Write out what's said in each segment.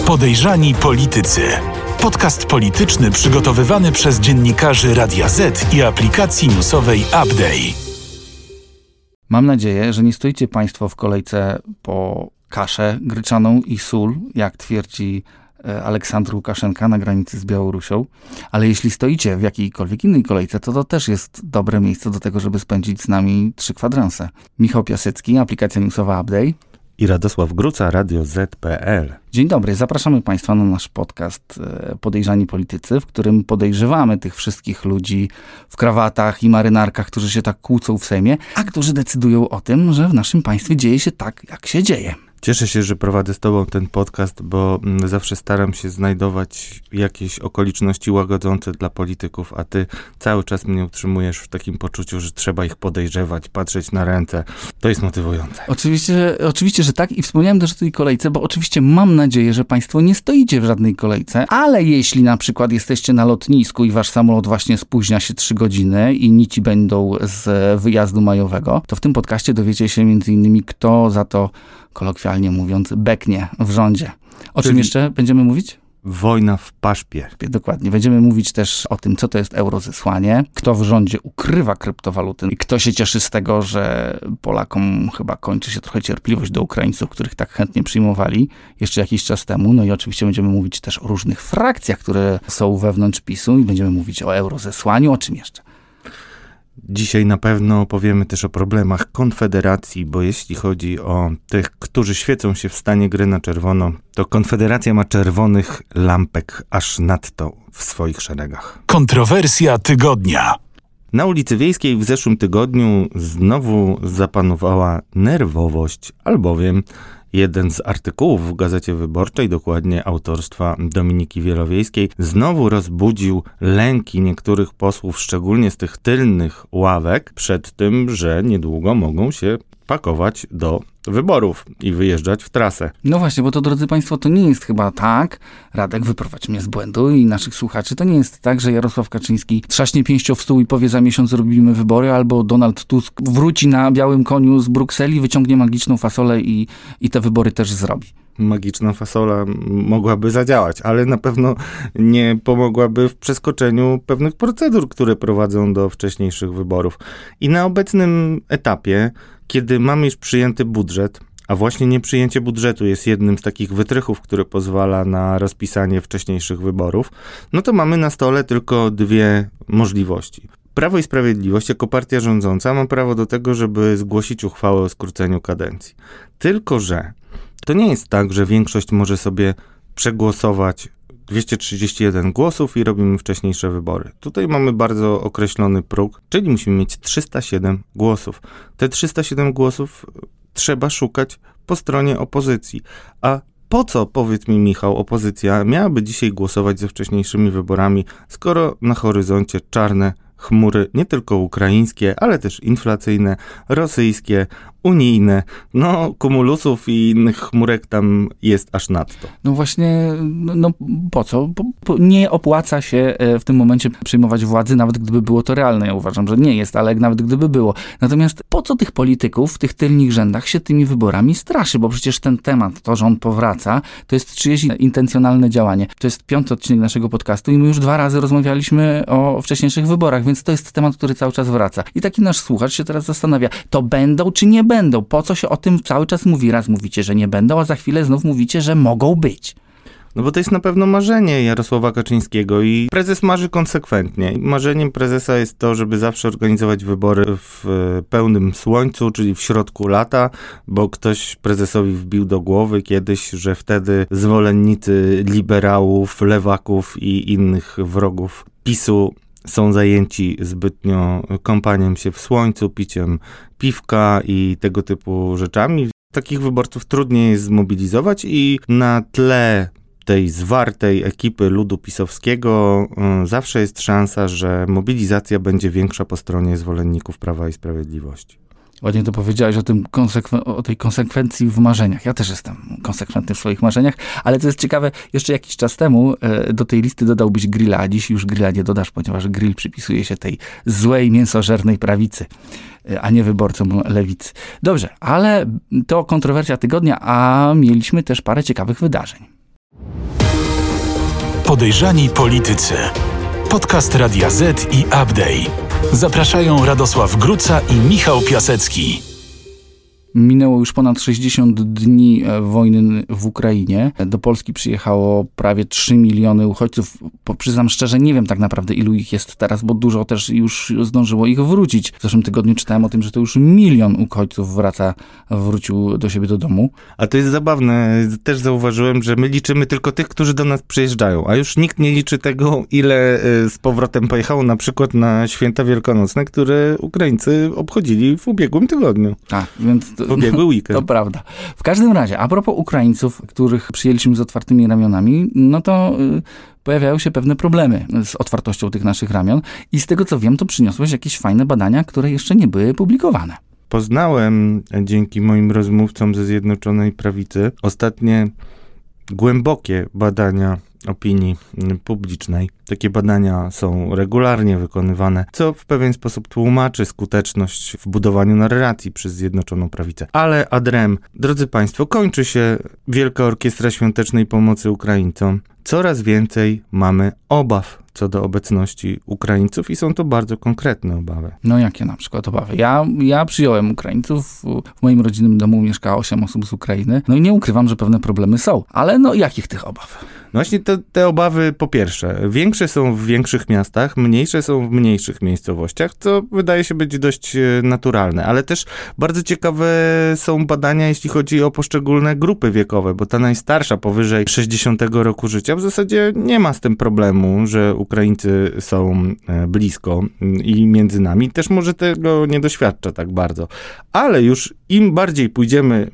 Podejrzani politycy. Podcast polityczny przygotowywany przez dziennikarzy Radia Z i aplikacji newsowej Update. Mam nadzieję, że nie stoicie Państwo w kolejce po kaszę gryczaną i sól, jak twierdzi Aleksandr Łukaszenka na granicy z Białorusią, ale jeśli stoicie w jakiejkolwiek innej kolejce, to też jest dobre miejsce do tego, żeby spędzić z nami 3 kwadranse. Michał Piasecki, aplikacja newsowa Update. I Radosław Gruca, Radio Z.pl. Dzień dobry, zapraszamy Państwa na nasz podcast Podejrzani Politycy, w którym podejrzewamy tych wszystkich ludzi w krawatach i marynarkach, którzy się tak kłócą w Sejmie, a którzy decydują o tym, że w naszym państwie dzieje się tak, jak się dzieje. Cieszę się, że prowadzę z tobą ten podcast, bo zawsze staram się znajdować jakieś okoliczności łagodzące dla polityków, a ty cały czas mnie utrzymujesz w takim poczuciu, że trzeba ich podejrzewać, patrzeć na ręce. To jest motywujące. Oczywiście, że tak i wspomniałem też o tej kolejce, bo oczywiście mam nadzieję, że Państwo nie stoicie w żadnej kolejce, ale jeśli na przykład jesteście na lotnisku i wasz samolot właśnie spóźnia się 3 godziny i nici będą z wyjazdu majowego, to w tym podcaście dowiecie się m.in. kto za to, kolokwialnie mówiąc, beknie w rządzie. O czym jeszcze będziemy mówić? Wojna w paszpie. Dokładnie. Będziemy mówić też o tym, co to jest eurozesłanie, kto w rządzie ukrywa kryptowaluty i kto się cieszy z tego, że Polakom chyba kończy się trochę cierpliwość do Ukraińców, których tak chętnie przyjmowali jeszcze jakiś czas temu. No i oczywiście będziemy mówić też o różnych frakcjach, które są wewnątrz PiS-u i będziemy mówić o eurozesłaniu. O czym jeszcze? Dzisiaj na pewno opowiemy też o problemach Konfederacji, bo jeśli chodzi o tych, którzy świecą się w stanie gry na czerwono, to Konfederacja ma czerwonych lampek aż nadto w swoich szeregach. Kontrowersja tygodnia. Na ulicy Wiejskiej w zeszłym tygodniu znowu zapanowała nerwowość, albowiem jeden z artykułów w Gazecie Wyborczej, dokładnie autorstwa Dominiki Wielowiejskiej, znowu rozbudził lęki niektórych posłów, szczególnie z tych tylnych ławek, przed tym, że niedługo mogą się pakować do wyborów i wyjeżdżać w trasę. No właśnie, bo to, drodzy Państwo, to nie jest chyba tak, Radek, wyprowadź mnie z błędu i naszych słuchaczy, to nie jest tak, że Jarosław Kaczyński trzaśnie pięścią w stół i powie za miesiąc robimy wybory, albo Donald Tusk wróci na białym koniu z Brukseli, wyciągnie magiczną fasolę i te wybory też zrobi. Magiczna fasola mogłaby zadziałać, ale na pewno nie pomogłaby w przeskoczeniu pewnych procedur, które prowadzą do wcześniejszych wyborów. I na obecnym etapie, kiedy mamy już przyjęty budżet, a właśnie nieprzyjęcie budżetu jest jednym z takich wytrychów, który pozwala na rozpisanie wcześniejszych wyborów, no to mamy na stole tylko 2 możliwości. Prawo i Sprawiedliwość jako partia rządząca ma prawo do tego, żeby zgłosić uchwałę o skróceniu kadencji. Tylko że to nie jest tak, że większość może sobie przegłosować 231 głosów i robimy wcześniejsze wybory. Tutaj mamy bardzo określony próg, czyli musimy mieć 307 głosów. Te 307 głosów trzeba szukać po stronie opozycji. A po co, powiedz mi Michał, opozycja miałaby dzisiaj głosować ze wcześniejszymi wyborami, skoro na horyzoncie czarne chmury, nie tylko ukraińskie, ale też inflacyjne, rosyjskie, unijne, no kumulusów i innych chmurek tam jest aż nadto. No właśnie, no po co? Nie opłaca się w tym momencie przyjmować władzy, nawet gdyby było to realne. Ja uważam, że nie jest, ale nawet gdyby było. Natomiast po co tych polityków w tych tylnych rzędach się tymi wyborami straszy? Bo przecież ten temat, to, że on powraca, to jest czyjeś intencjonalne działanie. To jest 5. odcinek naszego podcastu i my już 2 razy rozmawialiśmy o wcześniejszych wyborach, więc to jest temat, który cały czas wraca. I taki nasz słuchacz się teraz zastanawia, to będą czy nie będą? Po co się o tym cały czas mówi? Raz mówicie, że nie będą, a za chwilę znów mówicie, że mogą być. No bo to jest na pewno marzenie Jarosława Kaczyńskiego i prezes marzy konsekwentnie. Marzeniem prezesa jest to, żeby zawsze organizować wybory w pełnym słońcu, czyli w środku lata, bo ktoś prezesowi wbił do głowy kiedyś, że wtedy zwolennicy liberałów, lewaków i innych wrogów PiS-u są zajęci zbytnio kąpaniem się w słońcu, piciem piwka i tego typu rzeczami. Takich wyborców trudniej jest zmobilizować i na tle tej zwartej ekipy ludu pisowskiego zawsze jest szansa, że mobilizacja będzie większa po stronie zwolenników Prawa i Sprawiedliwości. Ładnie to powiedziałeś o tej konsekwencji w marzeniach. Ja też jestem konsekwentny w swoich marzeniach, ale co jest ciekawe, jeszcze jakiś czas temu do tej listy dodałbyś grilla, a dziś już grilla nie dodasz, ponieważ grill przypisuje się tej złej, mięsożernej prawicy, a nie wyborcom lewicy. Dobrze, ale to kontrowersja tygodnia, a mieliśmy też parę ciekawych wydarzeń. Podejrzani politycy. Podcast Radia Z i Update. Zapraszają Radosław Gruca i Michał Piasecki. Minęło już ponad 60 dni wojny w Ukrainie. Do Polski przyjechało prawie 3 miliony uchodźców. Przyznam szczerze, nie wiem tak naprawdę, ilu ich jest teraz, bo dużo też już zdążyło ich wrócić. W zeszłym tygodniu czytałem o tym, że to już 1 milion uchodźców wrócił do siebie do domu. A to jest zabawne. Też zauważyłem, że my liczymy tylko tych, którzy do nas przyjeżdżają, a już nikt nie liczy tego, ile z powrotem pojechało na przykład na święta wielkanocne, które Ukraińcy obchodzili w ubiegłym tygodniu. Tak, więc w ubiegły weekend. To prawda. W każdym razie, a propos Ukraińców, których przyjęliśmy z otwartymi ramionami, no to pojawiają się pewne problemy z otwartością tych naszych ramion i z tego co wiem, to przyniosłeś jakieś fajne badania, które jeszcze nie były publikowane. Poznałem dzięki moim rozmówcom ze Zjednoczonej Prawicy ostatnie głębokie badania opinii publicznej. Takie badania są regularnie wykonywane, co w pewien sposób tłumaczy skuteczność w budowaniu narracji przez Zjednoczoną Prawicę. Ale ad rem, drodzy Państwo, kończy się Wielka Orkiestra Świątecznej Pomocy Ukraińcom. Coraz więcej mamy obaw co do obecności Ukraińców i są to bardzo konkretne obawy. No jakie na przykład obawy? Ja przyjąłem Ukraińców, w moim rodzinnym domu mieszka 8 osób z Ukrainy, no i nie ukrywam, że pewne problemy są, ale no jakich tych obaw? No właśnie te obawy po pierwsze, większe są w większych miastach, mniejsze są w mniejszych miejscowościach, co wydaje się być dość naturalne, ale też bardzo ciekawe są badania, jeśli chodzi o poszczególne grupy wiekowe, bo ta najstarsza powyżej 60 roku życia w zasadzie nie ma z tym problemu, że Ukraińcy są blisko i między nami też może tego nie doświadcza tak bardzo. Ale już im bardziej pójdziemy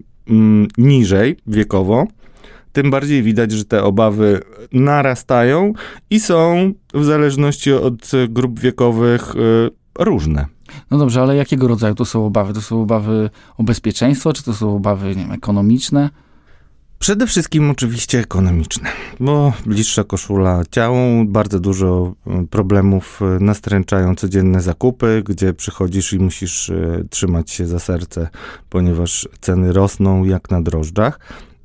niżej wiekowo, tym bardziej widać, że te obawy narastają i są w zależności od grup wiekowych różne. No dobrze, ale jakiego rodzaju to są obawy? To są obawy o bezpieczeństwo, czy to są obawy, nie wiem, ekonomiczne? Przede wszystkim oczywiście ekonomiczne, bo bliższa koszula ciału, bardzo dużo problemów nastręczają codzienne zakupy, gdzie przychodzisz i musisz trzymać się za serce, ponieważ ceny rosną jak na drożdżach.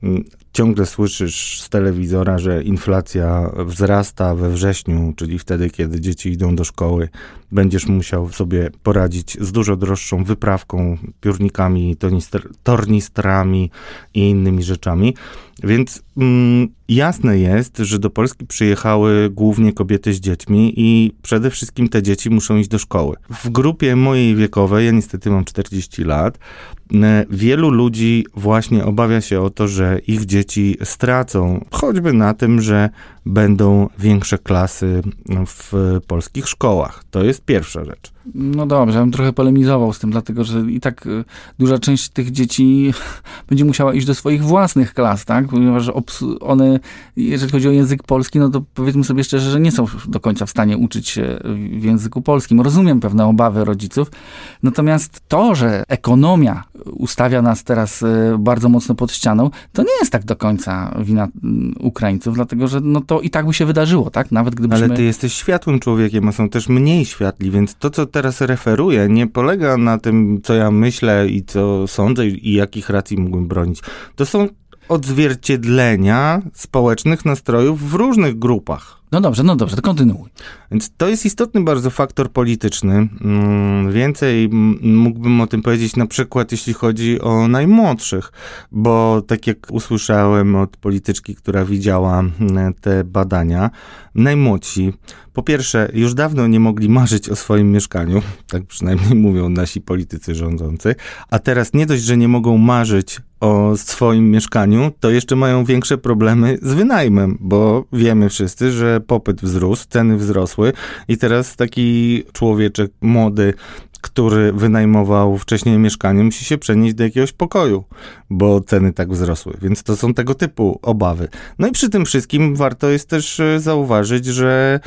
Ciągle słyszysz z telewizora, że inflacja wzrasta we wrześniu, czyli wtedy, kiedy dzieci idą do szkoły. Będziesz musiał sobie poradzić z dużo droższą wyprawką, piórnikami, tornistrami i innymi rzeczami. Więc jasne jest, że do Polski przyjechały głównie kobiety z dziećmi i przede wszystkim te dzieci muszą iść do szkoły. W grupie mojej wiekowej, ja niestety mam 40 lat, wielu ludzi właśnie obawia się o to, że ich dzieci stracą, choćby na tym, że będą większe klasy w polskich szkołach. To jest pierwsza rzecz. No dobrze, ja bym trochę polemizował z tym, dlatego że i tak duża część tych dzieci będzie musiała iść do swoich własnych klas, tak? Ponieważ one, jeżeli chodzi o język polski, no to powiedzmy sobie szczerze, że nie są do końca w stanie uczyć się w języku polskim. Rozumiem pewne obawy rodziców, natomiast to, że ekonomia ustawia nas teraz bardzo mocno pod ścianą, to nie jest tak do końca wina Ukraińców, dlatego że no to i tak by się wydarzyło, tak? Nawet gdybyśmy... Ale ty jesteś światłym człowiekiem, a są też mniej światli, więc to, co teraz referuję, nie polega na tym, co ja myślę i co sądzę i jakich racji mógłbym bronić. To są odzwierciedlenia społecznych nastrojów w różnych grupach. No dobrze, to kontynuuj. Więc to jest istotny bardzo faktor polityczny. Więcej mógłbym o tym powiedzieć na przykład, jeśli chodzi o najmłodszych, bo tak jak usłyszałem od polityczki, która widziała te badania, najmłodsi, po pierwsze, już dawno nie mogli marzyć o swoim mieszkaniu, tak przynajmniej mówią nasi politycy rządzący, a teraz nie dość, że nie mogą marzyć o swoim mieszkaniu, to jeszcze mają większe problemy z wynajmem, bo wiemy wszyscy, że popyt wzrósł, ceny wzrosły i teraz taki człowieczek młody, który wynajmował wcześniej mieszkanie, musi się przenieść do jakiegoś pokoju, bo ceny tak wzrosły. Więc to są tego typu obawy. No i przy tym wszystkim warto jest też zauważyć, że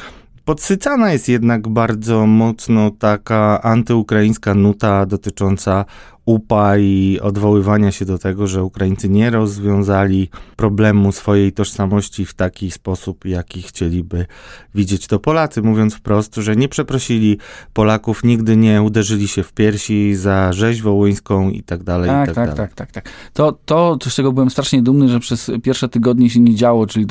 podsycana jest jednak bardzo mocno taka antyukraińska nuta dotycząca UPA i odwoływania się do tego, że Ukraińcy nie rozwiązali problemu swojej tożsamości w taki sposób, jaki chcieliby widzieć to Polacy, mówiąc wprost, że nie przeprosili Polaków, nigdy nie uderzyli się w piersi za rzeź wołyńską i tak dalej, i tak dalej. Tak. To, z czego byłem strasznie dumny, że przez pierwsze tygodnie się nie działo, czyli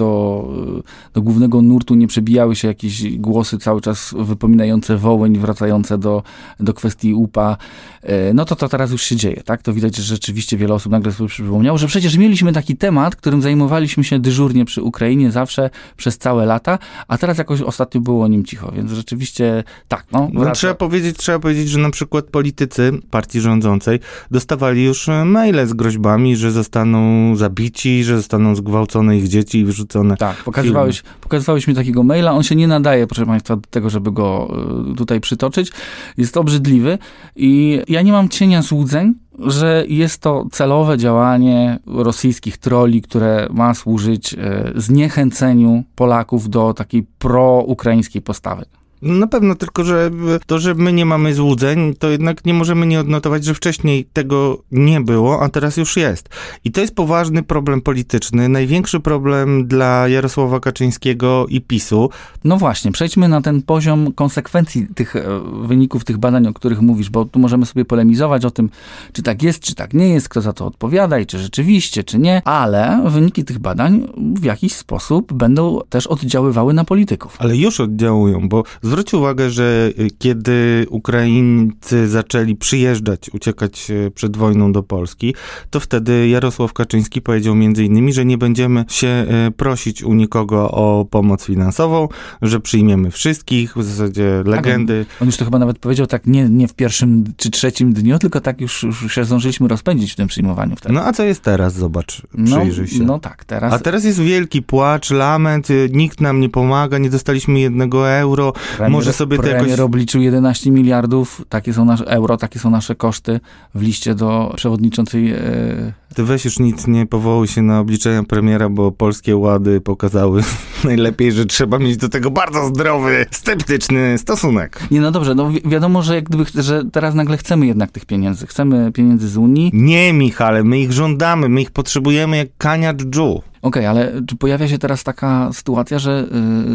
do głównego nurtu nie przebijały się jakieś głosy cały czas wypominające Wołyń, wracające do kwestii UPA, no to teraz już się dzieje, tak? To widać, że rzeczywiście wiele osób nagle sobie przypomniało, że przecież mieliśmy taki temat, którym zajmowaliśmy się dyżurnie przy Ukrainie zawsze przez całe lata, a teraz jakoś ostatnio było o nim cicho, więc rzeczywiście tak, Trzeba powiedzieć, że na przykład politycy partii rządzącej dostawali już maile z groźbami, że zostaną zabici, że zostaną zgwałcone ich dzieci i wyrzucone. Tak, pokazywałeś mi takiego maila, on się nie nadaje, proszę państwa, do tego, żeby go tutaj przytoczyć. Jest obrzydliwy i ja nie mam cienia złudzeń, że jest to celowe działanie rosyjskich trolli, które ma służyć zniechęceniu Polaków do takiej proukraińskiej postawy. Na pewno, tylko że to, że my nie mamy złudzeń, to jednak nie możemy nie odnotować, że wcześniej tego nie było, a teraz już jest. I to jest poważny problem polityczny, największy problem dla Jarosława Kaczyńskiego i PiS-u. No właśnie, przejdźmy na ten poziom konsekwencji tych wyników, tych badań, o których mówisz, bo tu możemy sobie polemizować o tym, czy tak jest, czy tak nie jest, kto za to odpowiada i czy rzeczywiście, czy nie, ale wyniki tych badań w jakiś sposób będą też oddziaływały na polityków. Ale już oddziałują, bo zwróć uwagę, że kiedy Ukraińcy zaczęli przyjeżdżać, uciekać przed wojną do Polski, to wtedy Jarosław Kaczyński powiedział między innymi, że nie będziemy się prosić u nikogo o pomoc finansową, że przyjmiemy wszystkich, w zasadzie legendy. On już to chyba nawet powiedział tak nie w pierwszym czy trzecim dniu, tylko tak już się zdążyliśmy rozpędzić w tym przyjmowaniu wtedy. No a co jest teraz? Zobacz, przyjrzyj się. No tak, teraz. A teraz jest wielki płacz, lament, nikt nam nie pomaga, nie dostaliśmy 1 euro. Może sobie to jakoś... obliczył 11 miliardów, takie są nasze koszty w liście do przewodniczącej... Ty weź już nic, nie powołuj się na obliczenia premiera, bo polskie łady pokazały najlepiej, że trzeba mieć do tego bardzo zdrowy, sceptyczny stosunek. Nie, no dobrze, wiadomo, że że teraz nagle chcemy jednak tych pieniędzy. Chcemy pieniędzy z Unii. Nie, Michale, my ich żądamy, my ich potrzebujemy jak kania dżdżu. Okej, ale czy pojawia się teraz taka sytuacja, że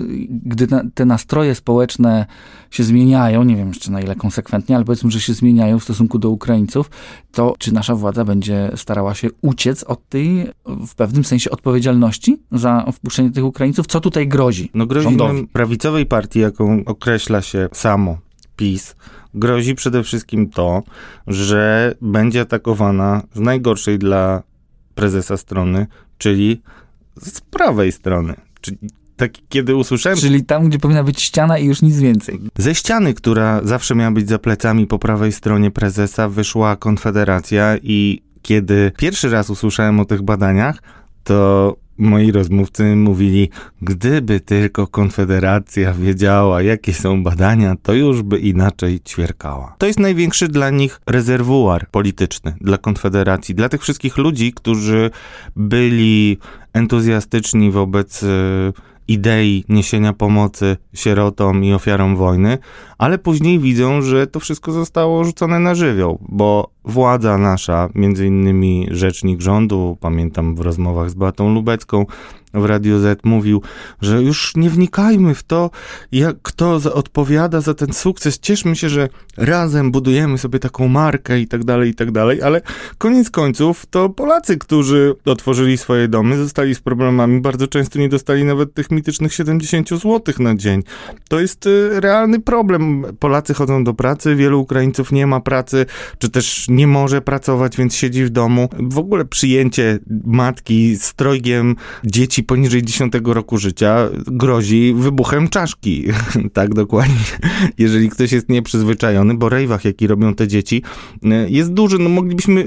gdy te nastroje społeczne się zmieniają, nie wiem jeszcze na ile konsekwentnie, ale powiedzmy, że się zmieniają w stosunku do Ukraińców, to czy nasza władza będzie starała się uciec od tej w pewnym sensie odpowiedzialności za wpuszczenie tych Ukraińców? Co tutaj grozi? No grozi rządowi? nam prawicowej partii, jaką określa się samo PiS, grozi przede wszystkim to, że będzie atakowana z najgorszej dla prezesa strony, czyli z prawej strony. Kiedy usłyszałem... Czyli tam, gdzie powinna być ściana i już nic więcej. Ze ściany, która zawsze miała być za plecami po prawej stronie prezesa, wyszła Konfederacja i kiedy pierwszy raz usłyszałem o tych badaniach, to moi rozmówcy mówili, gdyby tylko Konfederacja wiedziała, jakie są badania, to już by inaczej ćwierkała. To jest największy dla nich rezerwuar polityczny, dla Konfederacji, dla tych wszystkich ludzi, którzy byli entuzjastyczni wobec idei niesienia pomocy sierotom i ofiarom wojny, ale później widzą, że to wszystko zostało rzucone na żywioł, bo władza nasza, między innymi rzecznik rządu, pamiętam w rozmowach z Beatą Lubecką w Radiu Z mówił, że już nie wnikajmy w to, kto odpowiada za ten sukces, cieszmy się, że razem budujemy sobie taką markę i tak dalej, ale koniec końców to Polacy, którzy otworzyli swoje domy, zostali z problemami, bardzo często nie dostali nawet tych mitycznych 70 zł na dzień. To jest realny problem. Polacy chodzą do pracy, wielu Ukraińców nie ma pracy, czy też nie może pracować, więc siedzi w domu. W ogóle przyjęcie matki z trojgiem dzieci poniżej 10 roku życia grozi wybuchem czaszki. Tak dokładnie. Jeżeli ktoś jest nieprzyzwyczajony, bo rejwach, jaki robią te dzieci, jest duży. No moglibyśmy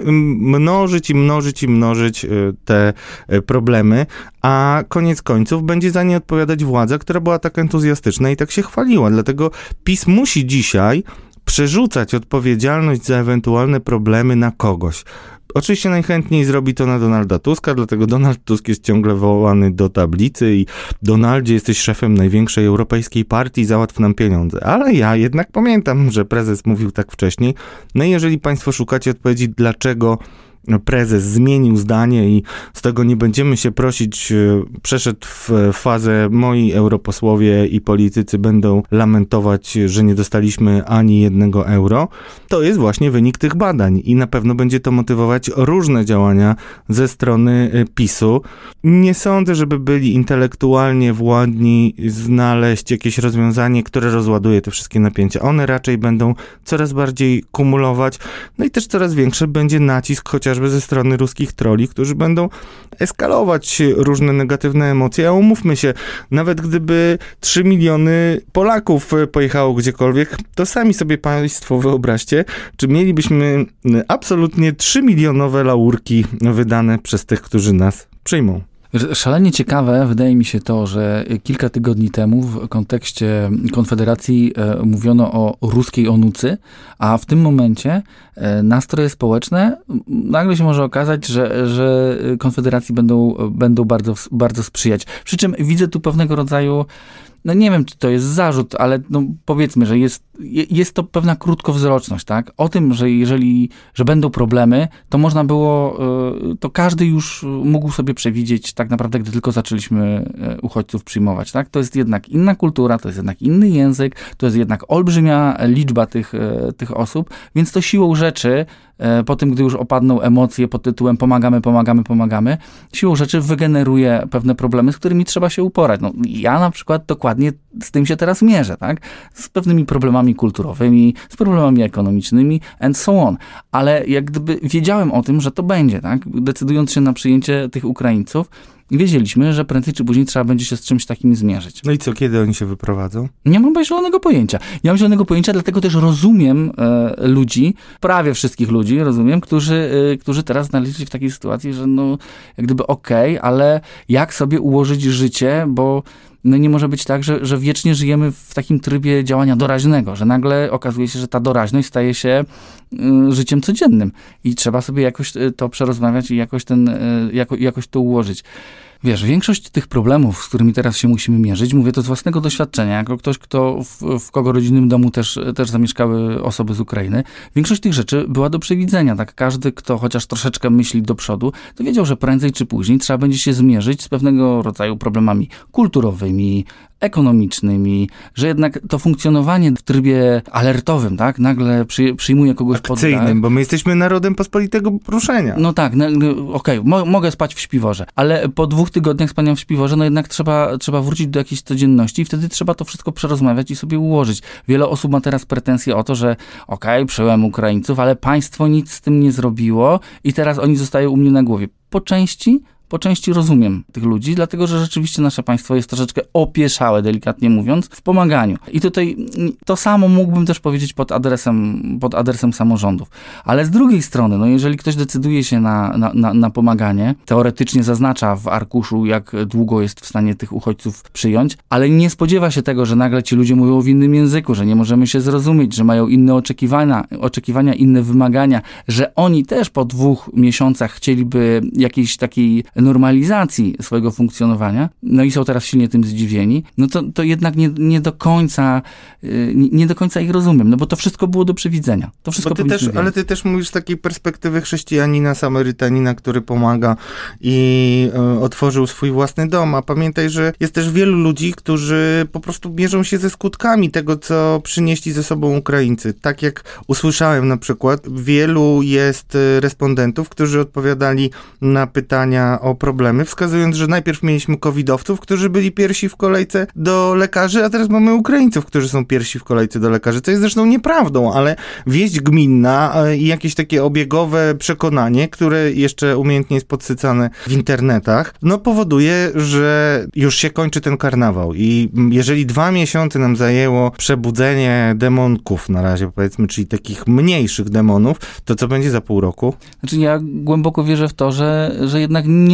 mnożyć te problemy, a koniec końców będzie za nie odpowiadać władza, która była tak entuzjastyczna i tak się chwaliła. Dlatego PiS musi dzisiaj przerzucać odpowiedzialność za ewentualne problemy na kogoś. Oczywiście najchętniej zrobi to na Donalda Tuska, dlatego Donald Tusk jest ciągle wołany do tablicy i Donaldzie, jesteś szefem największej europejskiej partii, załatw nam pieniądze. Ale ja jednak pamiętam, że prezes mówił tak wcześniej. No i jeżeli państwo szukacie odpowiedzi, dlaczego prezes zmienił zdanie i z tego nie będziemy się prosić, przeszedł w fazę moi europosłowie i politycy będą lamentować, że nie dostaliśmy ani 1 euro, to jest właśnie wynik tych badań i na pewno będzie to motywować różne działania ze strony PiS-u. Nie sądzę, żeby byli intelektualnie władni znaleźć jakieś rozwiązanie, które rozładuje te wszystkie napięcia. One raczej będą coraz bardziej kumulować, no i też coraz większy będzie nacisk chociażby ze strony ruskich troli, którzy będą eskalować różne negatywne emocje, a umówmy się, nawet gdyby 3 miliony Polaków pojechało gdziekolwiek, to sami sobie państwo wyobraźcie, czy mielibyśmy absolutnie 3-milionowe laurki wydane przez tych, którzy nas przyjmą. Szalenie ciekawe wydaje mi się to, że kilka tygodni temu w kontekście Konfederacji mówiono o ruskiej onucy, a w tym momencie nastroje społeczne nagle się może okazać, że Konfederacji będą bardzo, bardzo sprzyjać. Przy czym widzę tu pewnego rodzaju, no nie wiem, czy to jest zarzut, ale no powiedzmy, że jest to pewna krótkowzroczność, tak? O tym, że będą problemy, to można było, to każdy już mógł sobie przewidzieć tak naprawdę, gdy tylko zaczęliśmy uchodźców przyjmować, tak? To jest jednak inna kultura, to jest jednak inny język, to jest jednak olbrzymia liczba tych osób, więc to siłą rzeczy, po tym, gdy już opadną emocje pod tytułem pomagamy, siłą rzeczy wygeneruje pewne problemy, z którymi trzeba się uporać. No, ja na przykład dokładnie z tym się teraz mierzę, tak? Z pewnymi problemami kulturowymi, z problemami ekonomicznymi and so on. Ale jak gdyby wiedziałem o tym, że to będzie, tak? Decydując się na przyjęcie tych Ukraińców, wiedzieliśmy, że prędzej czy później trzeba będzie się z czymś takim zmierzyć. No i co, kiedy oni się wyprowadzą? Nie mam zielonego pojęcia. Nie mam zielonego pojęcia, dlatego też rozumiem ludzi, prawie wszystkich ludzi rozumiem, którzy teraz znaleźli się w takiej sytuacji, że no jak gdyby ale jak sobie ułożyć życie, bo no nie może być tak, że wiecznie żyjemy w takim trybie działania doraźnego, że nagle okazuje się, że ta doraźność staje się życiem codziennym i trzeba sobie jakoś to przerozmawiać i jakoś to ułożyć. Wiesz, większość tych problemów, z którymi teraz się musimy mierzyć, mówię to z własnego doświadczenia, jako ktoś, kto w kogo rodzinnym domu też zamieszkały osoby z Ukrainy, większość tych rzeczy była do przewidzenia. Tak, każdy, kto chociaż troszeczkę myśli do przodu, to wiedział, że prędzej czy później trzeba będzie się zmierzyć z pewnego rodzaju problemami kulturowymi, ekonomicznymi, że jednak to funkcjonowanie w trybie alertowym, tak, nagle przyjmuje kogoś pod dach. Bo my jesteśmy narodem pospolitego ruszenia. No tak, okej, mogę spać w śpiworze, ale po 2 tygodniach spania w śpiworze, no jednak trzeba wrócić do jakiejś codzienności i wtedy trzeba to wszystko przerozmawiać i sobie ułożyć. Wiele osób ma teraz pretensje o to, że przyjąłem Ukraińców, ale państwo nic z tym nie zrobiło i teraz oni zostają u mnie na głowie. Po części rozumiem tych ludzi, dlatego że rzeczywiście nasze państwo jest troszeczkę opieszałe, delikatnie mówiąc, w pomaganiu. I tutaj to samo mógłbym też powiedzieć pod adresem samorządów. Ale z drugiej strony, no jeżeli ktoś decyduje się na pomaganie, teoretycznie zaznacza w arkuszu, jak długo jest w stanie tych uchodźców przyjąć, ale nie spodziewa się tego, że nagle ci ludzie mówią w innym języku, że nie możemy się zrozumieć, że mają inne oczekiwania, inne wymagania, że oni też po 2 miesiącach chcieliby jakiejś takiej normalizacji swojego funkcjonowania, no i są teraz silnie tym zdziwieni, no to jednak nie do końca ich rozumiem, no bo to wszystko było do przewidzenia. To wszystko ale ty też mówisz z takiej perspektywy chrześcijanina, Samarytanina, który pomaga i otworzył swój własny dom, a pamiętaj, że jest też wielu ludzi, którzy po prostu mierzą się ze skutkami tego, co przynieśli ze sobą Ukraińcy. Tak jak usłyszałem na przykład, wielu jest respondentów, którzy odpowiadali na pytania o problemy, wskazując, że najpierw mieliśmy covidowców, którzy byli pierwsi w kolejce do lekarzy, a teraz mamy Ukraińców, którzy są pierwsi w kolejce do lekarzy, co jest zresztą nieprawdą, ale wieść gminna i jakieś takie obiegowe przekonanie, które jeszcze umiejętnie jest podsycane w internetach, no powoduje, że już się kończy ten karnawał i jeżeli 2 miesiące nam zajęło przebudzenie demonków na razie, powiedzmy, czyli takich mniejszych demonów, to co będzie za pół roku? Znaczy ja głęboko wierzę w to, że jednak nie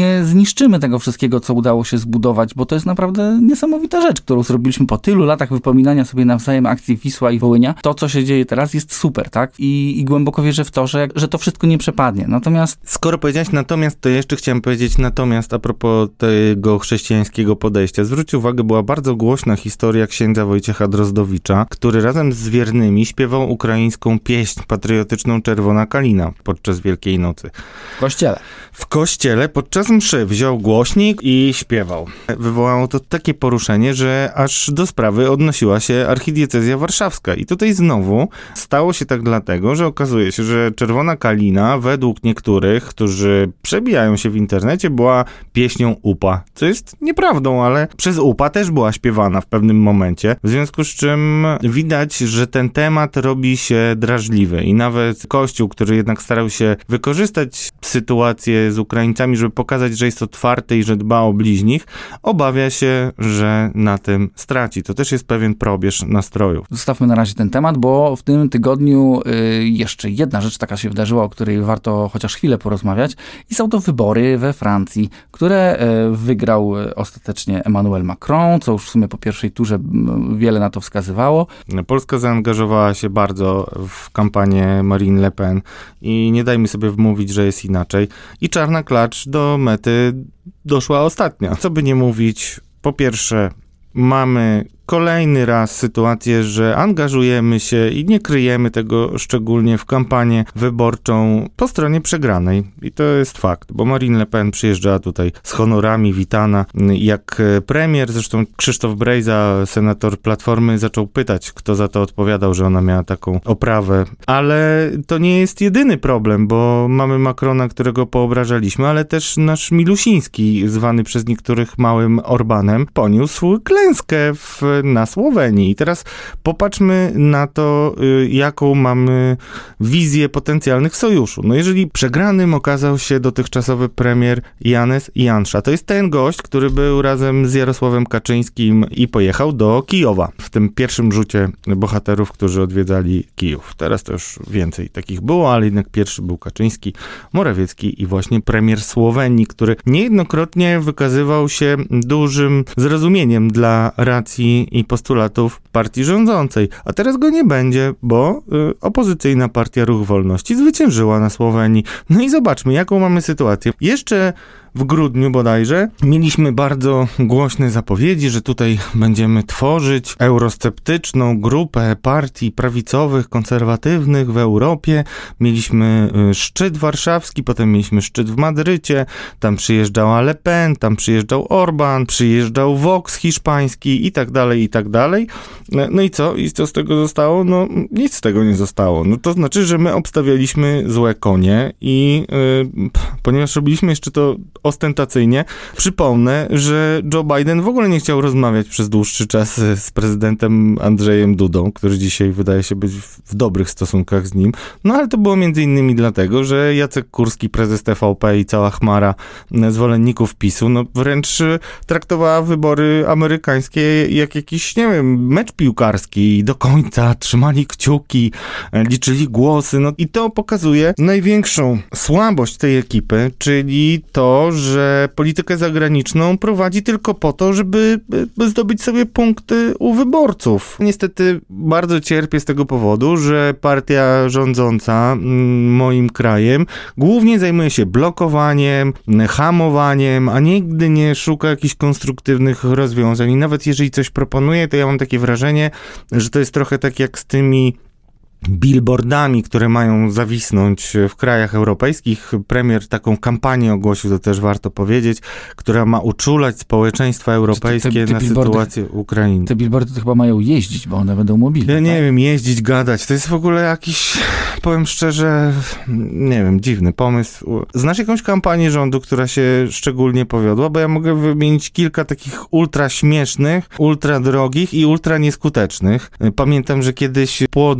nie zniszczymy tego wszystkiego, co udało się zbudować, bo to jest naprawdę niesamowita rzecz, którą zrobiliśmy po tylu latach wypominania sobie nawzajem akcji Wisła i Wołynia. To, co się dzieje teraz, jest super, tak? I głęboko wierzę w to, że to wszystko nie przepadnie. Natomiast... Skoro powiedziałeś natomiast, to jeszcze chciałem powiedzieć natomiast a propos tego chrześcijańskiego podejścia. Zwróć uwagę, była bardzo głośna historia księdza Wojciecha Drozdowicza, który razem z wiernymi śpiewał ukraińską pieśń patriotyczną Czerwona Kalina podczas Wielkiej Nocy. W kościele. W kościele podczas mszy wziął głośnik i śpiewał. Wywołało to takie poruszenie, że aż do sprawy odnosiła się archidiecezja warszawska. I tutaj znowu stało się tak dlatego, że okazuje się, że Czerwona Kalina według niektórych, którzy przebijają się w internecie, była pieśnią UPA. Co jest nieprawdą, ale przez UPA też była śpiewana w pewnym momencie. W związku z czym widać, że ten temat robi się drażliwy. I nawet Kościół, który jednak starał się wykorzystać sytuację z Ukraińcami, żeby pokazać, że jest otwarty i że dba o bliźnich, obawia się, że na tym straci. To też jest pewien probierz nastrojów. Zostawmy na razie ten temat, bo w tym tygodniu jeszcze jedna rzecz taka się wydarzyła, o której warto chociaż chwilę porozmawiać i są to wybory we Francji, które wygrał ostatecznie Emmanuel Macron, co już w sumie po pierwszej turze wiele na to wskazywało. Polska zaangażowała się bardzo w kampanię Marine Le Pen i nie dajmy sobie wmówić, że jest inaczej. I czarna klacz do mety doszła ostatnia. Co by nie mówić, po pierwsze mamy kolejny raz sytuację, że angażujemy się i nie kryjemy tego szczególnie w kampanię wyborczą po stronie przegranej. I to jest fakt, bo Marine Le Pen przyjeżdżała tutaj z honorami, witana jak premier. Zresztą Krzysztof Brejza, senator Platformy, zaczął pytać, kto za to odpowiadał, że ona miała taką oprawę. Ale to nie jest jedyny problem, bo mamy Macrona, którego poobrażaliśmy, ale też nasz Milusiński, zwany przez niektórych małym Orbanem, poniósł klęskę na Słowenii. I teraz popatrzmy na to, jaką mamy wizję potencjalnych sojuszu. No jeżeli przegranym okazał się dotychczasowy premier Janez Janša, to jest ten gość, który był razem z Jarosławem Kaczyńskim i pojechał do Kijowa w tym pierwszym rzucie bohaterów, którzy odwiedzali Kijów. Teraz to już więcej takich było, ale jednak pierwszy był Kaczyński, Morawiecki i właśnie premier Słowenii, który niejednokrotnie wykazywał się dużym zrozumieniem dla racji i postulatów partii rządzącej. A teraz go nie będzie, bo opozycyjna partia Ruch Wolności zwyciężyła na Słowenii. No i zobaczmy, jaką mamy sytuację. Jeszcze w grudniu bodajże mieliśmy bardzo głośne zapowiedzi, że tutaj będziemy tworzyć eurosceptyczną grupę partii prawicowych, konserwatywnych w Europie. Mieliśmy szczyt warszawski, potem mieliśmy szczyt w Madrycie, tam przyjeżdżała Le Pen, tam przyjeżdżał Orban, przyjeżdżał Vox hiszpański i tak dalej, i tak dalej. No i co? I co z tego zostało? No nic z tego nie zostało. No to znaczy, że my obstawialiśmy złe konie i ponieważ robiliśmy jeszcze to ostentacyjnie, przypomnę, że Joe Biden w ogóle nie chciał rozmawiać przez dłuższy czas z prezydentem Andrzejem Dudą, który dzisiaj wydaje się być w dobrych stosunkach z nim. No ale to było między innymi dlatego, że Jacek Kurski, prezes TVP i cała chmara zwolenników PiS-u, no wręcz traktowała wybory amerykańskie jak jakiś, nie wiem, mecz piłkarski. Do końca trzymali kciuki, liczyli głosy. No i to pokazuje największą słabość tej ekipy, czyli to, że politykę zagraniczną prowadzi tylko po to, żeby zdobyć sobie punkty u wyborców. Niestety bardzo cierpię z tego powodu, że partia rządząca moim krajem głównie zajmuje się blokowaniem, hamowaniem, a nigdy nie szuka jakichś konstruktywnych rozwiązań. I nawet jeżeli coś proponuje, to ja mam takie wrażenie, że to jest trochę tak jak z tymi billboardami, które mają zawisnąć w krajach europejskich. Premier taką kampanię ogłosił, to też warto powiedzieć, która ma uczulać społeczeństwa europejskie na sytuację Ukrainy. Te billboardy to chyba mają jeździć, bo one będą mobilne. Ja nie wiem, jeździć, gadać. To jest w ogóle jakiś, powiem szczerze, nie wiem, dziwny pomysł. Znasz jakąś kampanię rządu, która się szczególnie powiodła? Bo ja mogę wymienić kilka takich ultra śmiesznych, ultra drogich i ultra nieskutecznych. Pamiętam, że kiedyś płodność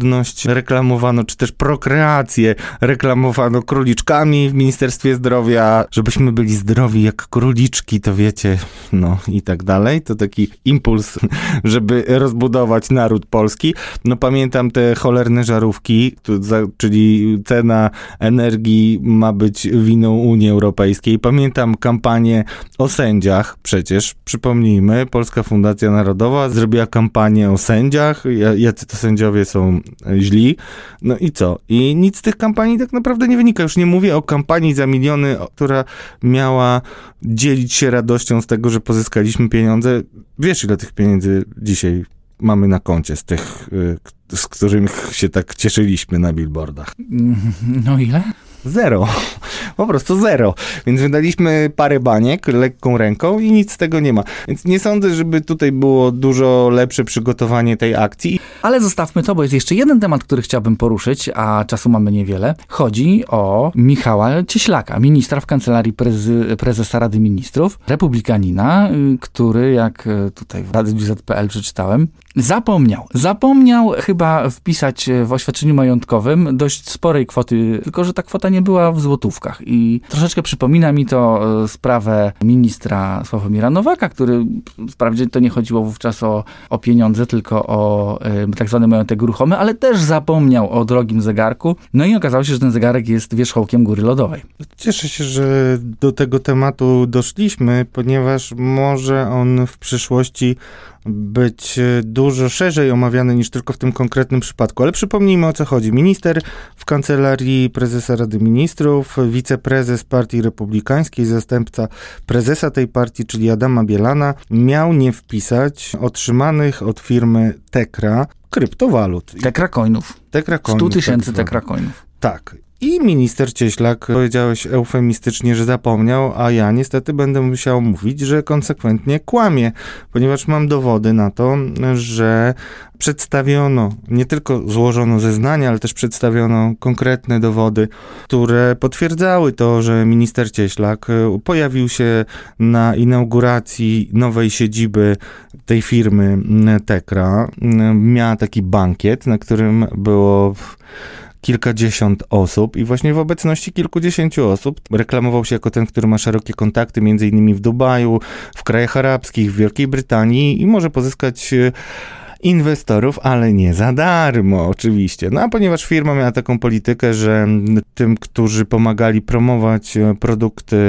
reklamowano, czy też prokreację reklamowano króliczkami w Ministerstwie Zdrowia, żebyśmy byli zdrowi jak króliczki, to wiecie, no i tak dalej. To taki impuls, żeby rozbudować naród polski. No pamiętam te cholerne żarówki, czyli cena energii ma być winą Unii Europejskiej. Pamiętam kampanię o sędziach, przecież, przypomnijmy, Polska Fundacja Narodowa zrobiła kampanię o sędziach, jacy to sędziowie są źli. No i co? I nic z tych kampanii tak naprawdę nie wynika. Już nie mówię o kampanii za miliony, która miała dzielić się radością z tego, że pozyskaliśmy pieniądze. Wiesz, ile tych pieniędzy dzisiaj mamy na koncie z tych, z których się tak cieszyliśmy na billboardach? No ile? 0. Po prostu 0. Więc wydaliśmy parę baniek lekką ręką i nic z tego nie ma. Więc nie sądzę, żeby tutaj było dużo lepsze przygotowanie tej akcji. Ale zostawmy to, bo jest jeszcze jeden temat, który chciałbym poruszyć, a czasu mamy niewiele. Chodzi o Michała Cieślaka, ministra w kancelarii prezesa Rady Ministrów, republikanina, który, jak tutaj w Radiu Z.pl przeczytałem, zapomniał chyba wpisać w oświadczeniu majątkowym dość sporej kwoty, tylko że ta kwota nie była w złotówkach. I troszeczkę przypomina mi to sprawę ministra Sławomira Nowaka, który wprawdzie to nie chodziło wówczas o pieniądze, tylko o tak zwany majątek ruchomy, ale też zapomniał o drogim zegarku. No i okazało się, że ten zegarek jest wierzchołkiem Góry Lodowej. Cieszę się, że do tego tematu doszliśmy, ponieważ może on w przyszłości być dużo szerzej omawiany niż tylko w tym konkretnym przypadku. Ale przypomnijmy, o co chodzi. Minister w kancelarii prezesa Rady Ministrów, wiceprezes Partii Republikańskiej, zastępca prezesa tej partii, czyli Adama Bielana, miał nie wpisać otrzymanych od firmy Tekra kryptowalut. Tekra coinów. 100 tysięcy Tekra coinów. Tak. I minister Cieślak, powiedziałeś eufemistycznie, że zapomniał, a ja niestety będę musiał mówić, że konsekwentnie kłamie, ponieważ mam dowody na to, że przedstawiono, nie tylko złożono zeznania, ale też przedstawiono konkretne dowody, które potwierdzały to, że minister Cieślak pojawił się na inauguracji nowej siedziby tej firmy Tekra. Miała taki bankiet, na którym było kilkadziesiąt osób i właśnie w obecności kilkudziesięciu osób reklamował się jako ten, który ma szerokie kontakty, między innymi w Dubaju, w krajach arabskich, w Wielkiej Brytanii i może pozyskać inwestorów, ale nie za darmo oczywiście. No a ponieważ firma miała taką politykę, że tym, którzy pomagali promować produkty,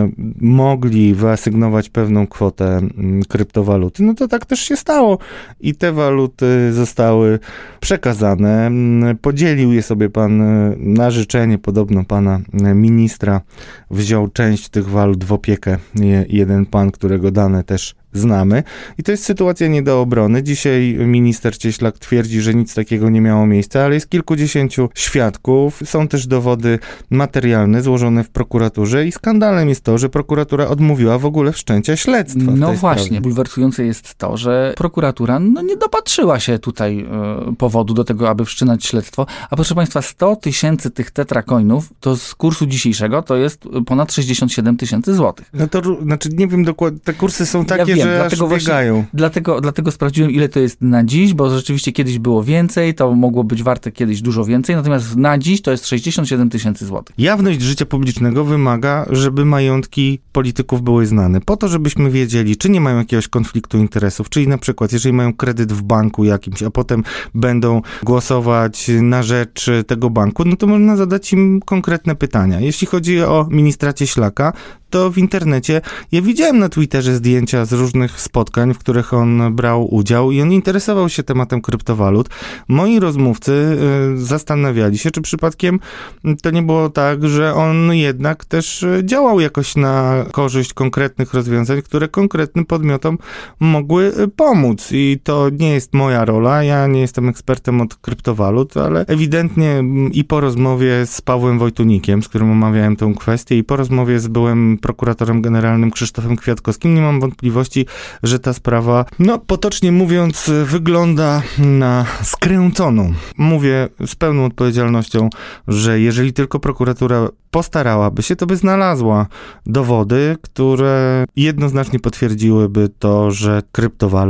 mogli wyasygnować pewną kwotę kryptowaluty, no to tak też się stało i te waluty zostały przekazane. Podzielił je sobie pan na życzenie podobno pana ministra. Wziął część tych walut w opiekę jeden pan, którego dane też znamy. I to jest sytuacja nie do obrony. Dzisiaj minister Cieślak twierdzi, że nic takiego nie miało miejsca, ale jest kilkudziesięciu świadków. Są też dowody materialne złożone w prokuraturze i skandalem jest to, że prokuratura odmówiła w ogóle wszczęcia śledztwa. No właśnie, bulwersujące jest to, że prokuratura nie dopatrzyła się tutaj powodu do tego, aby wszczynać śledztwo. A proszę państwa, 100 tysięcy tych tetracoinów, to z kursu dzisiejszego, to jest ponad 67 tysięcy złotych. No to, znaczy nie wiem dokładnie, te kursy są takie, ja wiem, że aż biegają. Dlatego sprawdziłem, ile to jest na dziś, bo rzeczywiście kiedyś było więcej, to mogło być warte kiedyś dużo więcej, natomiast na dziś to jest 67 tysięcy złotych. Jawność życia publicznego wymaga, żeby majątki polityków były znane. Po to, żebyśmy wiedzieli, czy nie mają jakiegoś konfliktu interesów, czyli na przykład, jeżeli mają kredyt w banku jakimś, a potem będą głosować na rzecz tego banku, no to można zadać im konkretne pytania. Jeśli chodzi o ministra Cieślaka, to w internecie ja widziałem na Twitterze zdjęcia z różnych spotkań, w których on brał udział i on interesował się tematem kryptowalut. Moi rozmówcy zastanawiali się, czy przypadkiem to nie było tak, że on jednak też działał jakoś na korzyść konkretnych rozwiązań, które konkretnym podmiotom mogły pomóc. I to nie jest moja rola, ja nie jestem ekspertem od kryptowalut, ale ewidentnie i po rozmowie z Pawłem Wojtunikiem, z którym omawiałem tę kwestię, i po rozmowie z byłym prokuratorem generalnym Krzysztofem Kwiatkowskim, nie mam wątpliwości, że ta sprawa, potocznie mówiąc, wygląda na skręconą. Mówię z pełną odpowiedzialnością, że jeżeli tylko prokuratura postarałaby się, to by znalazła dowody, które jednoznacznie potwierdziłyby to, że kryptowalut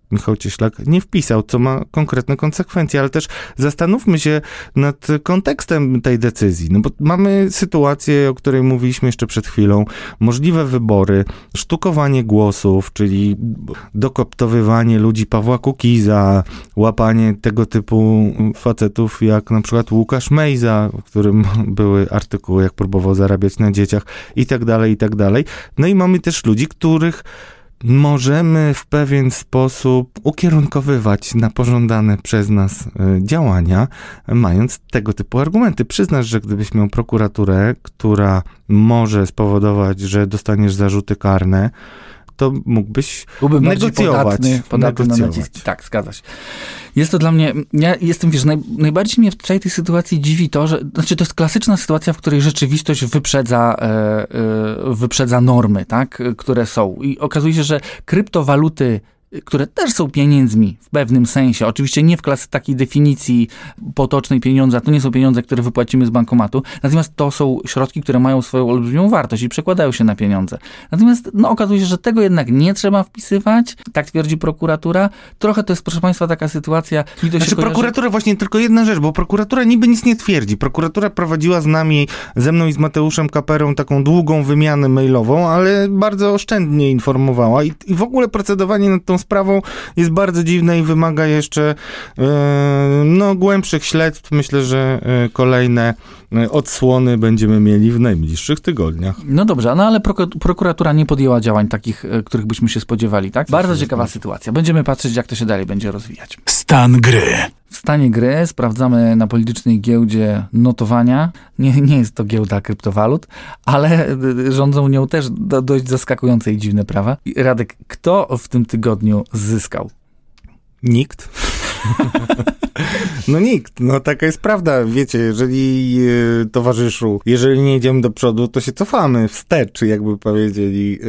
Michał Cieślak nie wpisał, co ma konkretne konsekwencje, ale też zastanówmy się nad kontekstem tej decyzji, no bo mamy sytuację, o której mówiliśmy jeszcze przed chwilą, możliwe wybory, sztukowanie głosów, czyli dokoptowywanie ludzi Pawła Kukiza, łapanie tego typu facetów jak na przykład Łukasz Mejza, w którym były artykuły, jak próbował zarabiać na dzieciach i tak dalej, i tak dalej. No i mamy też ludzi, których możemy w pewien sposób ukierunkowywać na pożądane przez nas działania, mając tego typu argumenty. Przyznasz, że gdybyś miał prokuraturę, która może spowodować, że dostaniesz zarzuty karne, to mógłbyś negocjować. Podatny na naciski. Tak, zgadza się. Jest to dla mnie, ja jestem, wiesz, najbardziej mnie w całej tej sytuacji dziwi to, że, znaczy to jest klasyczna sytuacja, w której rzeczywistość wyprzedza normy, tak, które są. I okazuje się, że kryptowaluty, które też są pieniędzmi w pewnym sensie. Oczywiście nie w takiej definicji potocznej pieniądza, to nie są pieniądze, które wypłacimy z bankomatu, natomiast to są środki, które mają swoją olbrzymią wartość i przekładają się na pieniądze. Natomiast okazuje się, że tego jednak nie trzeba wpisywać, tak twierdzi prokuratura. Trochę to jest, proszę Państwa, taka sytuacja... Prokuratura właśnie tylko jedna rzecz, bo prokuratura niby nic nie twierdzi. Prokuratura prowadziła ze mną i z Mateuszem Kaperą taką długą wymianę mailową, ale bardzo oszczędnie informowała i w ogóle procedowanie nad tą sprawą jest bardzo dziwne i wymaga jeszcze głębszych śledztw. Myślę, że kolejne odsłony będziemy mieli w najbliższych tygodniach. No dobrze, ale prokuratura nie podjęła działań takich, których byśmy się spodziewali, tak? Bardzo ciekawa sytuacja. Będziemy patrzeć, jak to się dalej będzie rozwijać. Stan gry. W stanie gry sprawdzamy na politycznej giełdzie notowania. Nie jest to giełda kryptowalut, ale rządzą nią też dość zaskakujące i dziwne prawa. Radek, kto w tym tygodniu zyskał? Nikt. No nikt. No taka jest prawda. Wiecie, jeżeli towarzyszu, jeżeli nie idziemy do przodu, to się cofamy wstecz, jakby powiedzieli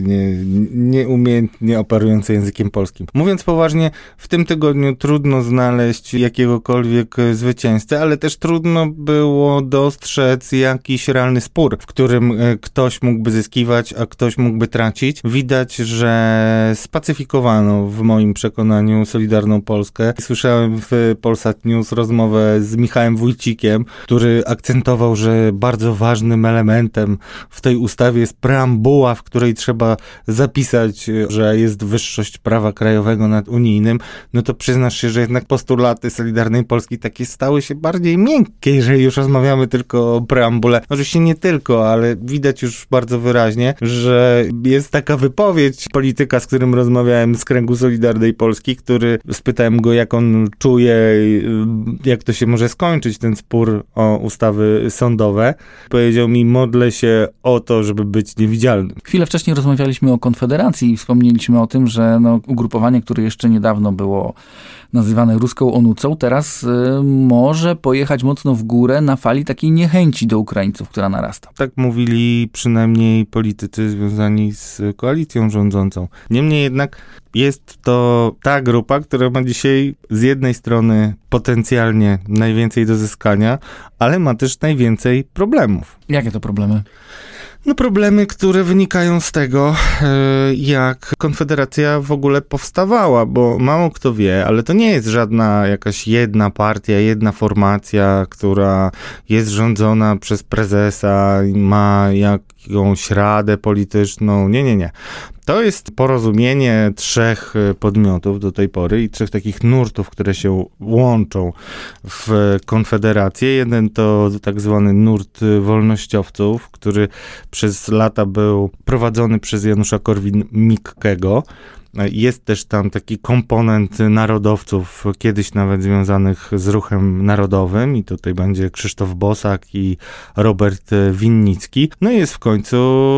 nieumiejętnie operujący językiem polskim. Mówiąc poważnie, w tym tygodniu trudno znaleźć jakiegokolwiek zwycięzcę, ale też trudno było dostrzec jakiś realny spór, w którym ktoś mógłby zyskiwać, a ktoś mógłby tracić. Widać, że spacyfikowano w moim przekonaniu Solidarną Polskę. Słyszałem w Polsat News rozmowę z Michałem Wójcikiem, który akcentował, że bardzo ważnym elementem w tej ustawie jest preambuła, w której trzeba zapisać, że jest wyższość prawa krajowego nad unijnym. No to przyznasz się, że jednak postulaty Solidarnej Polski takie stały się bardziej miękkie, jeżeli już rozmawiamy tylko o preambule. Oczywiście nie tylko, ale widać już bardzo wyraźnie, że jest taka wypowiedź polityka, z którym rozmawiałem z kręgu Solidarnej Polski, który spytałem go, jak on czuje, jak to się może skończyć, ten spór o ustawy sądowe. Powiedział mi, modlę się o to, żeby być niewidzialnym. Chwilę wcześniej rozmawialiśmy o Konfederacji i wspomnieliśmy o tym, że ugrupowanie, które jeszcze niedawno było nazywane ruską onucą, teraz może pojechać mocno w górę na fali takiej niechęci do Ukraińców, która narasta. Tak mówili przynajmniej politycy związani z koalicją rządzącą. Niemniej jednak jest to ta grupa, która ma dzisiaj z jednej strony potencjalnie najwięcej do zyskania, ale ma też najwięcej problemów. Jakie to problemy? No problemy, które wynikają z tego, jak Konfederacja w ogóle powstawała, bo mało kto wie, ale to nie jest żadna jakaś jedna partia, jedna formacja, która jest rządzona przez prezesa i ma jakąś radę polityczną. Nie. To jest porozumienie trzech podmiotów do tej pory i trzech takich nurtów, które się łączą w Konfederację. Jeden to tak zwany nurt wolnościowców, który przez lata był prowadzony przez Janusza Korwin-Mikkego. Jest też tam taki komponent narodowców, kiedyś nawet związanych z ruchem narodowym i tutaj będzie Krzysztof Bosak i Robert Winnicki. No i jest w końcu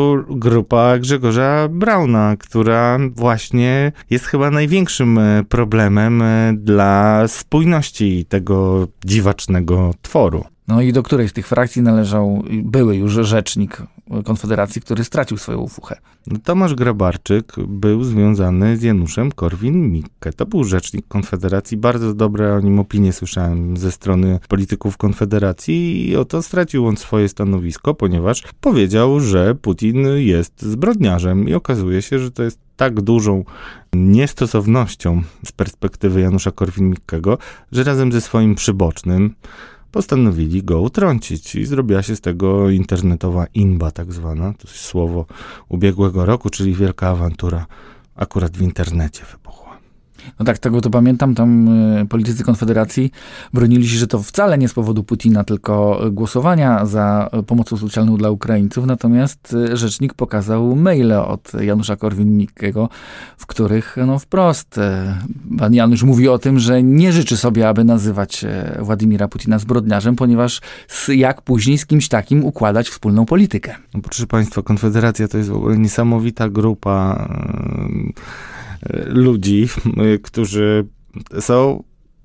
grupa Grzegorza Brauna, która właśnie jest chyba największym problemem dla spójności tego dziwacznego tworu. No i do której z tych frakcji należał były już rzecznik Konfederacji, który stracił swoją fuchę? Tomasz Grabarczyk był związany z Januszem Korwin-Mikke. To był rzecznik Konfederacji. Bardzo dobre o nim opinie słyszałem ze strony polityków Konfederacji i oto stracił on swoje stanowisko, ponieważ powiedział, że Putin jest zbrodniarzem i okazuje się, że to jest tak dużą niestosownością z perspektywy Janusza Korwin-Mikkego, że razem ze swoim przybocznym postanowili go utrącić i zrobiła się z tego internetowa inba tak zwana. To jest słowo ubiegłego roku, czyli wielka awantura akurat w internecie wybuchła. No tak, tego to pamiętam, tam politycy Konfederacji bronili się, że to wcale nie z powodu Putina, tylko głosowania za pomocą socjalną dla Ukraińców, natomiast rzecznik pokazał maile od Janusza Korwin-Mikkego, w których wprost pan Janusz mówi o tym, że nie życzy sobie, aby nazywać Władimira Putina zbrodniarzem, ponieważ jak później z kimś takim układać wspólną politykę. No, proszę państwa, Konfederacja to jest w ogóle niesamowita grupa ludzi, którzy są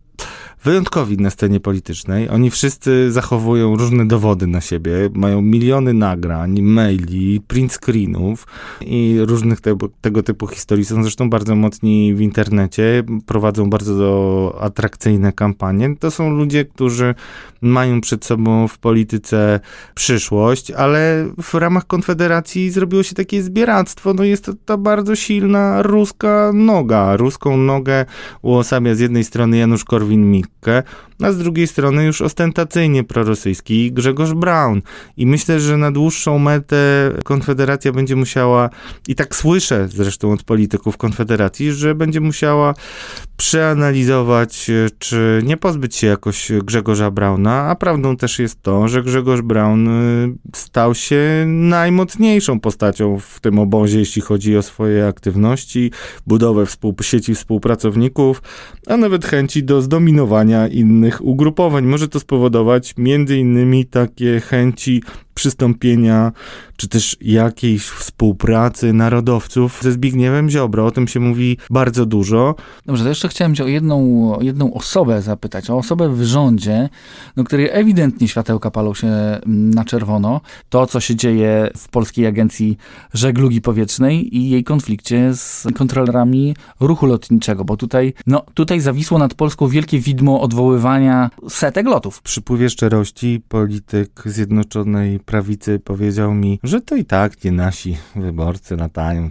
wyjątkowi na scenie politycznej. Oni wszyscy zachowują różne dowody na siebie, mają miliony nagrań, maili, print screenów i różnych tego typu historii. Są zresztą bardzo mocni w internecie, prowadzą bardzo atrakcyjne kampanie. To są ludzie, którzy mają przed sobą w polityce przyszłość, ale w ramach Konfederacji zrobiło się takie zbieractwo. No jest to ta bardzo silna ruska noga. Ruską nogę uosabia z jednej strony Janusz Korwin-Mikke, a z drugiej strony już ostentacyjnie prorosyjski Grzegorz Braun. I myślę, że na dłuższą metę Konfederacja będzie musiała, i tak słyszę zresztą od polityków Konfederacji, że będzie musiała przeanalizować, czy nie pozbyć się jakoś Grzegorza Brauna, a prawdą też jest to, że Grzegorz Braun stał się najmocniejszą postacią w tym obozie, jeśli chodzi o swoje aktywności, budowę sieci współpracowników, a nawet chęci do zdominowania innych ugrupowań. Może to spowodować między innymi takie chęci przystąpienia, czy też jakiejś współpracy narodowców ze Zbigniewem Ziobro. O tym się mówi bardzo dużo. Dobrze, to jeszcze chciałem cię o jedną osobę zapytać, o osobę w rządzie, której ewidentnie światełka palą się na czerwono. To, co się dzieje w Polskiej Agencji Żeglugi Powietrznej i jej konflikcie z kontrolerami ruchu lotniczego, bo tutaj zawisło nad Polską wielkie widmo odwoływania setek lotów. Przy przypływie szczerości polityk Zjednoczonej Prawicy powiedział mi, że to i tak nie nasi wyborcy latają,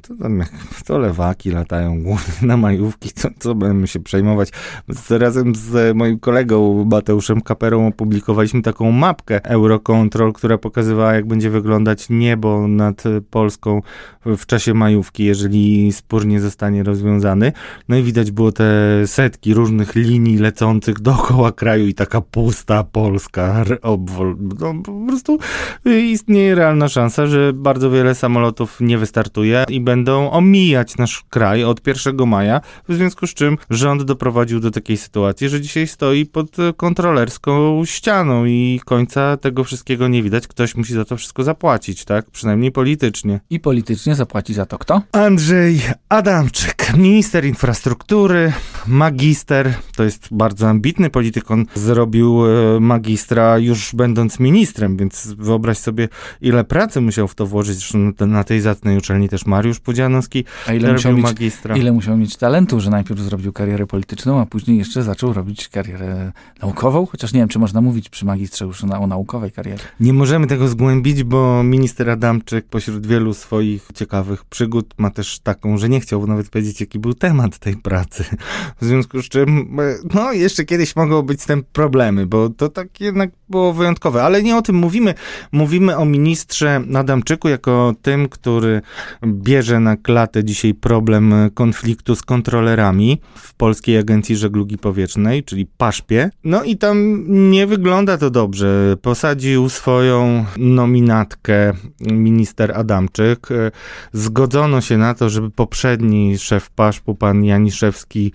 to lewaki latają głównie na majówki, co będziemy się przejmować. Razem z moim kolegą Mateuszem Kaperą opublikowaliśmy taką mapkę Eurocontrol, która pokazywała, jak będzie wyglądać niebo nad Polską w czasie majówki, jeżeli spór nie zostanie rozwiązany. No i widać było te setki różnych linii lecących dookoła kraju i taka pusta Polska obwol. No, po prostu istnieje realna szansa, że bardzo wiele samolotów nie wystartuje i będą omijać nasz kraj od 1 maja, w związku z czym rząd doprowadził do takiej sytuacji, że dzisiaj stoi pod kontrolerską ścianą i końca tego wszystkiego nie widać. Ktoś musi za to wszystko zapłacić, tak? Przynajmniej politycznie. I politycznie zapłaci za to kto? Andrzej Adamczyk, minister infrastruktury, magister, to jest bardzo ambitny polityk, on zrobił magistra już będąc ministrem, więc wyobraź sobie, ile pracy musiał w to włożyć. Zresztą na tej zacnej uczelni też Mariusz Pudzianowski robił magistra. Ile musiał mieć talentu, że najpierw zrobił karierę polityczną, a później jeszcze zaczął robić karierę naukową, chociaż nie wiem, czy można mówić przy magistrze już o naukowej karierze. Nie możemy tego zgłębić, bo minister Adamczyk pośród wielu swoich ciekawych przygód ma też taką, że nie chciał nawet powiedzieć, jaki był temat tej pracy. W związku z czym, no jeszcze kiedyś mogą być z tym problemy, bo to tak jednak było wyjątkowe, ale nie o tym mówimy. Mówimy o ministrze Adamczyku jako tym, który bierze na klatę dzisiaj problem konfliktu z kontrolerami w Polskiej Agencji Żeglugi Powietrznej, czyli PAŻP-ie. No i tam nie wygląda to dobrze. Posadził swoją nominatkę minister Adamczyk. Zgodzono się na to, żeby poprzedni szef PAŻP-u, pan Janiszewski,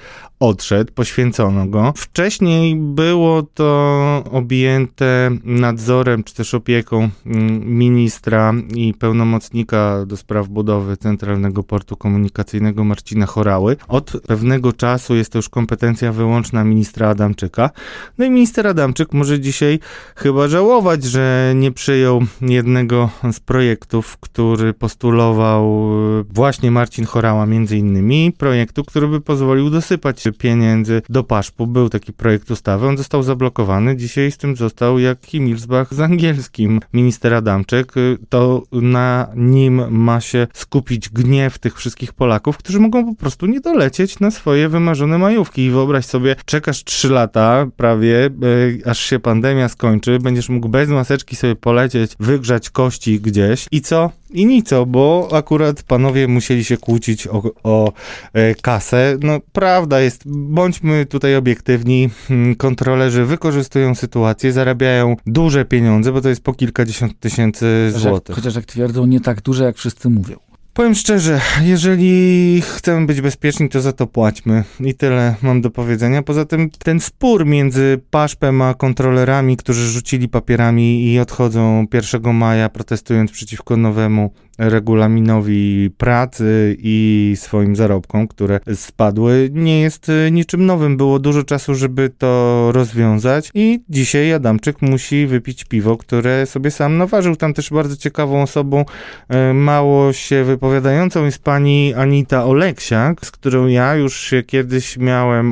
odszedł, poświęcono go. Wcześniej było to objęte nadzorem czy też opieką ministra i pełnomocnika do spraw budowy Centralnego Portu Komunikacyjnego Marcina Horały. Od pewnego czasu jest to już kompetencja wyłączna ministra Adamczyka. No i minister Adamczyk może dzisiaj chyba żałować, że nie przyjął jednego z projektów, który postulował właśnie Marcin Horała, między innymi projektu, który by pozwolił dosypać pieniędzy do PAŻP-u. Był taki projekt ustawy, on został zablokowany. Dzisiaj z tym został jak Himmelsbach z angielskim. Minister Adamczyk, to na nim ma się skupić gniew tych wszystkich Polaków, którzy mogą po prostu nie dolecieć na swoje wymarzone majówki. I wyobraź sobie, czekasz 3 lata prawie, aż się pandemia skończy, będziesz mógł bez maseczki sobie polecieć, wygrzać kości gdzieś i co? I nico, bo akurat panowie musieli się kłócić o kasę. No prawda jest, bądźmy tutaj obiektywni, kontrolerzy wykorzystują sytuację, zarabiają duże pieniądze, bo to jest po kilkadziesiąt tysięcy złotych. Chociaż jak twierdzą, nie tak duże, jak wszyscy mówią. Powiem szczerze, jeżeli chcemy być bezpieczni, to za to płaćmy. I tyle mam do powiedzenia. Poza tym ten spór między PAŻP-em a kontrolerami, którzy rzucili papierami i odchodzą 1 maja, protestując przeciwko nowemu regulaminowi pracy i swoim zarobkom, które spadły, nie jest niczym nowym. Było dużo czasu, żeby to rozwiązać i dzisiaj Adamczyk musi wypić piwo, które sobie sam naważył. Tam też bardzo ciekawą osobą, mało się wypowiadającą jest pani Anita Oleksiak, z którą ja już się kiedyś miałem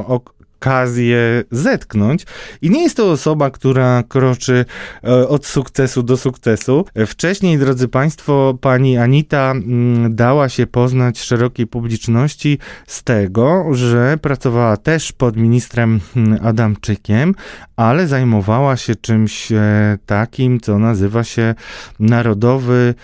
okazję zetknąć i nie jest to osoba, która kroczy od sukcesu do sukcesu. Wcześniej, drodzy państwo, pani Anita dała się poznać szerokiej publiczności z tego, że pracowała też pod ministrem Adamczykiem, ale zajmowała się czymś takim, co nazywa się Narodowy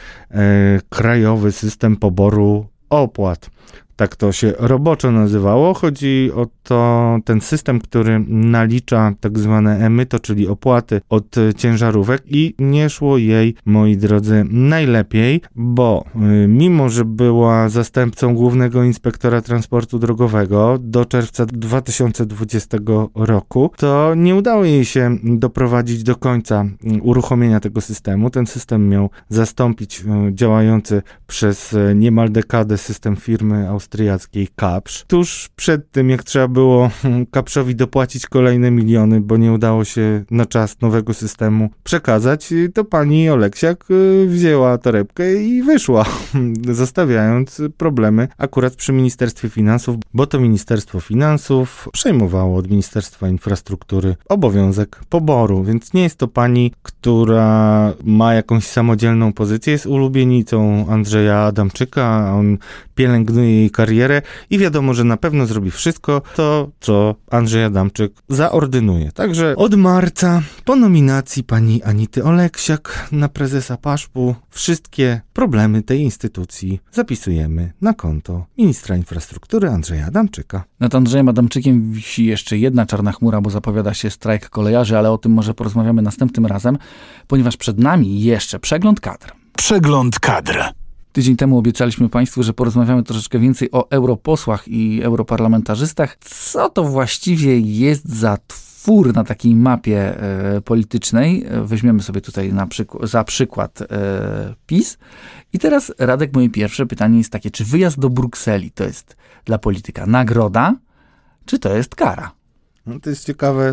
Krajowy System Poboru Opłat. Tak to się roboczo nazywało. Chodzi o ten system, który nalicza tak zwane emyto, czyli opłaty od ciężarówek i nie szło jej, moi drodzy, najlepiej, bo mimo, że była zastępcą Głównego Inspektora Transportu Drogowego do czerwca 2020 roku, to nie udało jej się doprowadzić do końca uruchomienia tego systemu. Ten system miał zastąpić działający przez niemal dekadę system firmy austriackiej Kapsch. Tuż przed tym, jak trzeba było Kapszowi dopłacić kolejne miliony, bo nie udało się na czas nowego systemu przekazać, to pani Oleksiak wzięła torebkę i wyszła, zostawiając problemy akurat przy Ministerstwie Finansów, bo to Ministerstwo Finansów przejmowało od Ministerstwa Infrastruktury obowiązek poboru, więc nie jest to pani, która ma jakąś samodzielną pozycję, jest ulubienicą Andrzeja Adamczyka, on pielęgnuje jej karierę i wiadomo, że na pewno zrobi wszystko to, co Andrzej Adamczyk zaordynuje. Także od marca po nominacji pani Anity Oleksiak na prezesa PAŻP-u wszystkie problemy tej instytucji zapisujemy na konto ministra infrastruktury Andrzeja Adamczyka. Nad Andrzejem Adamczykiem wisi jeszcze jedna czarna chmura, bo zapowiada się strajk kolejarzy, ale o tym może porozmawiamy następnym razem, ponieważ przed nami jeszcze przegląd kadr. Przegląd kadr. Tydzień temu obiecaliśmy Państwu, że porozmawiamy troszeczkę więcej o europosłach i europarlamentarzystach. Co to właściwie jest za twór na takiej mapie politycznej? Weźmiemy sobie tutaj za przykład PiS. I teraz, Radek, moje pierwsze pytanie jest takie, czy wyjazd do Brukseli to jest dla polityka nagroda, czy to jest kara? No to jest ciekawe.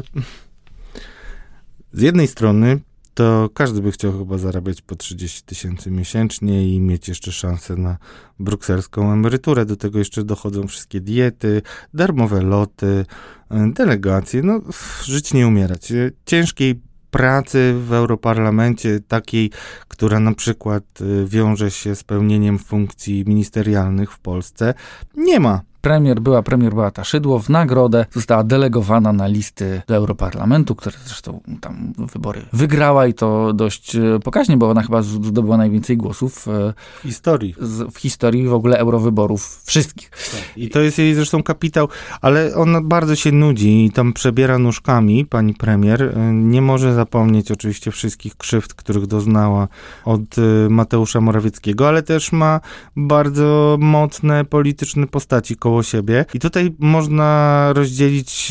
Z jednej strony to każdy by chciał chyba zarabiać po 30 000 miesięcznie i mieć jeszcze szansę na brukselską emeryturę. Do tego jeszcze dochodzą wszystkie diety, darmowe loty, delegacje. No, żyć nie umierać. Ciężkiej pracy w Europarlamencie, takiej, która na przykład wiąże się z pełnieniem funkcji ministerialnych w Polsce, nie ma. Była premier Beata Szydło w nagrodę została delegowana na listy do Europarlamentu, które zresztą tam wybory wygrała i to dość pokaźnie, bo ona chyba zdobyła najwięcej głosów w historii w ogóle eurowyborów wszystkich. Tak. I to jest jej zresztą kapitał, ale ona bardzo się nudzi i tam przebiera nóżkami, pani premier. Nie może zapomnieć oczywiście wszystkich krzywd, których doznała od Mateusza Morawieckiego, ale też ma bardzo mocne polityczne postaci koło koło siebie. I tutaj można rozdzielić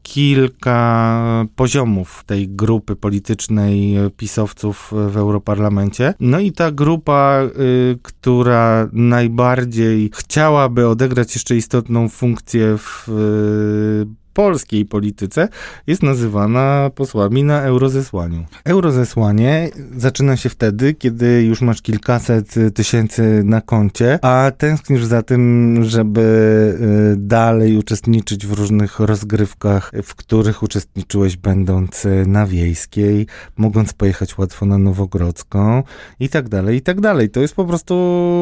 kilka poziomów tej grupy politycznej pisowców w Europarlamencie. No i ta grupa, która najbardziej chciałaby odegrać jeszcze istotną funkcję w polskiej polityce, jest nazywana posłami na eurozesłaniu. Eurozesłanie zaczyna się wtedy, kiedy już masz kilkaset tysięcy na koncie, a tęsknisz za tym, żeby dalej uczestniczyć w różnych rozgrywkach, w których uczestniczyłeś będąc na Wiejskiej, mogąc pojechać łatwo na Nowogrodzką i tak dalej, i tak dalej. To jest po prostu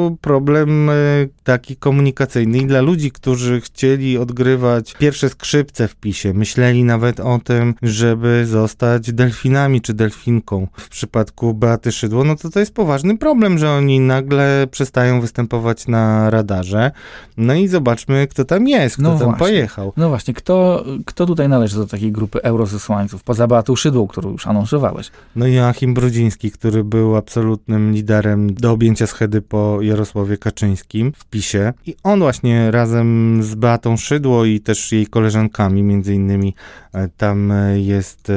problem taki komunikacyjny i dla ludzi, którzy chcieli odgrywać pierwsze skrzypce w PiS-ie. Myśleli nawet o tym, żeby zostać delfinami czy delfinką. W przypadku Beaty Szydło, no to jest poważny problem, że oni nagle przestają występować na radarze. No i zobaczmy, kto tam jest, kto tam pojechał. No właśnie, kto tutaj należy do takiej grupy eurozesłańców, poza Beatą Szydłą, którą już anonsowałeś? No i Joachim Brudziński, który był absolutnym liderem do objęcia schedy po Jarosławie Kaczyńskim w PiS-ie. I on właśnie razem z Beatą Szydło i też jej koleżankami, między innymi tam jest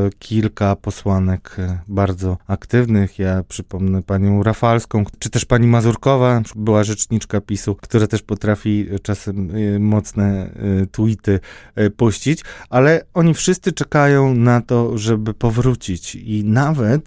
kilka posłanek bardzo aktywnych. Ja przypomnę panią Rafalską, czy też pani Mazurkowa, była rzeczniczka PiS-u, która też potrafi czasem mocne tweety puścić, ale oni wszyscy czekają na to, żeby powrócić i nawet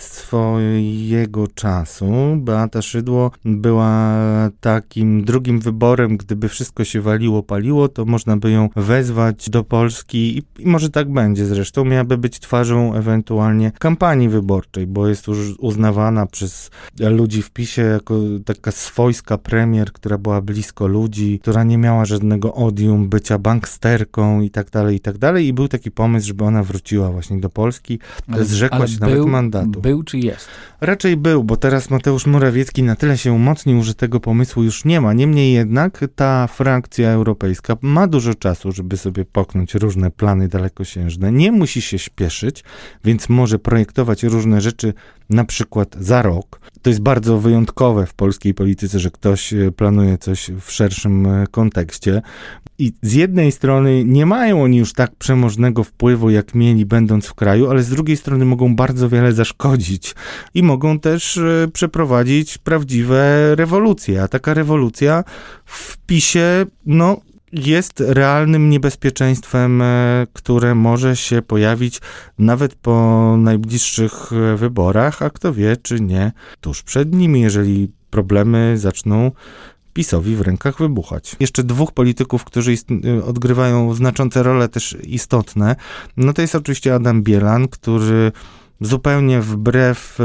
swojego czasu Beata Szydło była takim drugim wyborem, gdyby wszystko się waliło, paliło, to można by ją wezwać do Polski i może tak będzie zresztą, miałaby być twarzą ewentualnie kampanii wyborczej, bo jest już uznawana przez ludzi w PiS-ie jako taka swojska premier, która była blisko ludzi, która nie miała żadnego odium bycia banksterką i tak dalej i był taki pomysł, żeby ona wróciła właśnie do Polski, zrzekła się nawet mandatu. Był czy jest? Raczej był, bo teraz Mateusz Morawiecki na tyle się umocnił, że tego pomysłu już nie ma. Niemniej jednak ta frakcja europejska ma dużo czasu, żeby sobie poknąć różne plany dalekosiężne. Nie musi się śpieszyć, więc może projektować różne rzeczy na przykład za rok. To jest bardzo wyjątkowe w polskiej polityce, że ktoś planuje coś w szerszym kontekście. I z jednej strony nie mają oni już tak przemożnego wpływu, jak mieli będąc w kraju, ale z drugiej strony mogą bardzo wiele zaszkodzić i mogą też przeprowadzić prawdziwe rewolucje. A taka rewolucja w PiS-ie, jest realnym niebezpieczeństwem, które może się pojawić nawet po najbliższych wyborach, a kto wie, czy nie tuż przed nimi, jeżeli problemy zaczną PiS-owi w rękach wybuchać. Jeszcze dwóch polityków, którzy odgrywają znaczące role też istotne, to jest oczywiście Adam Bielan, który zupełnie wbrew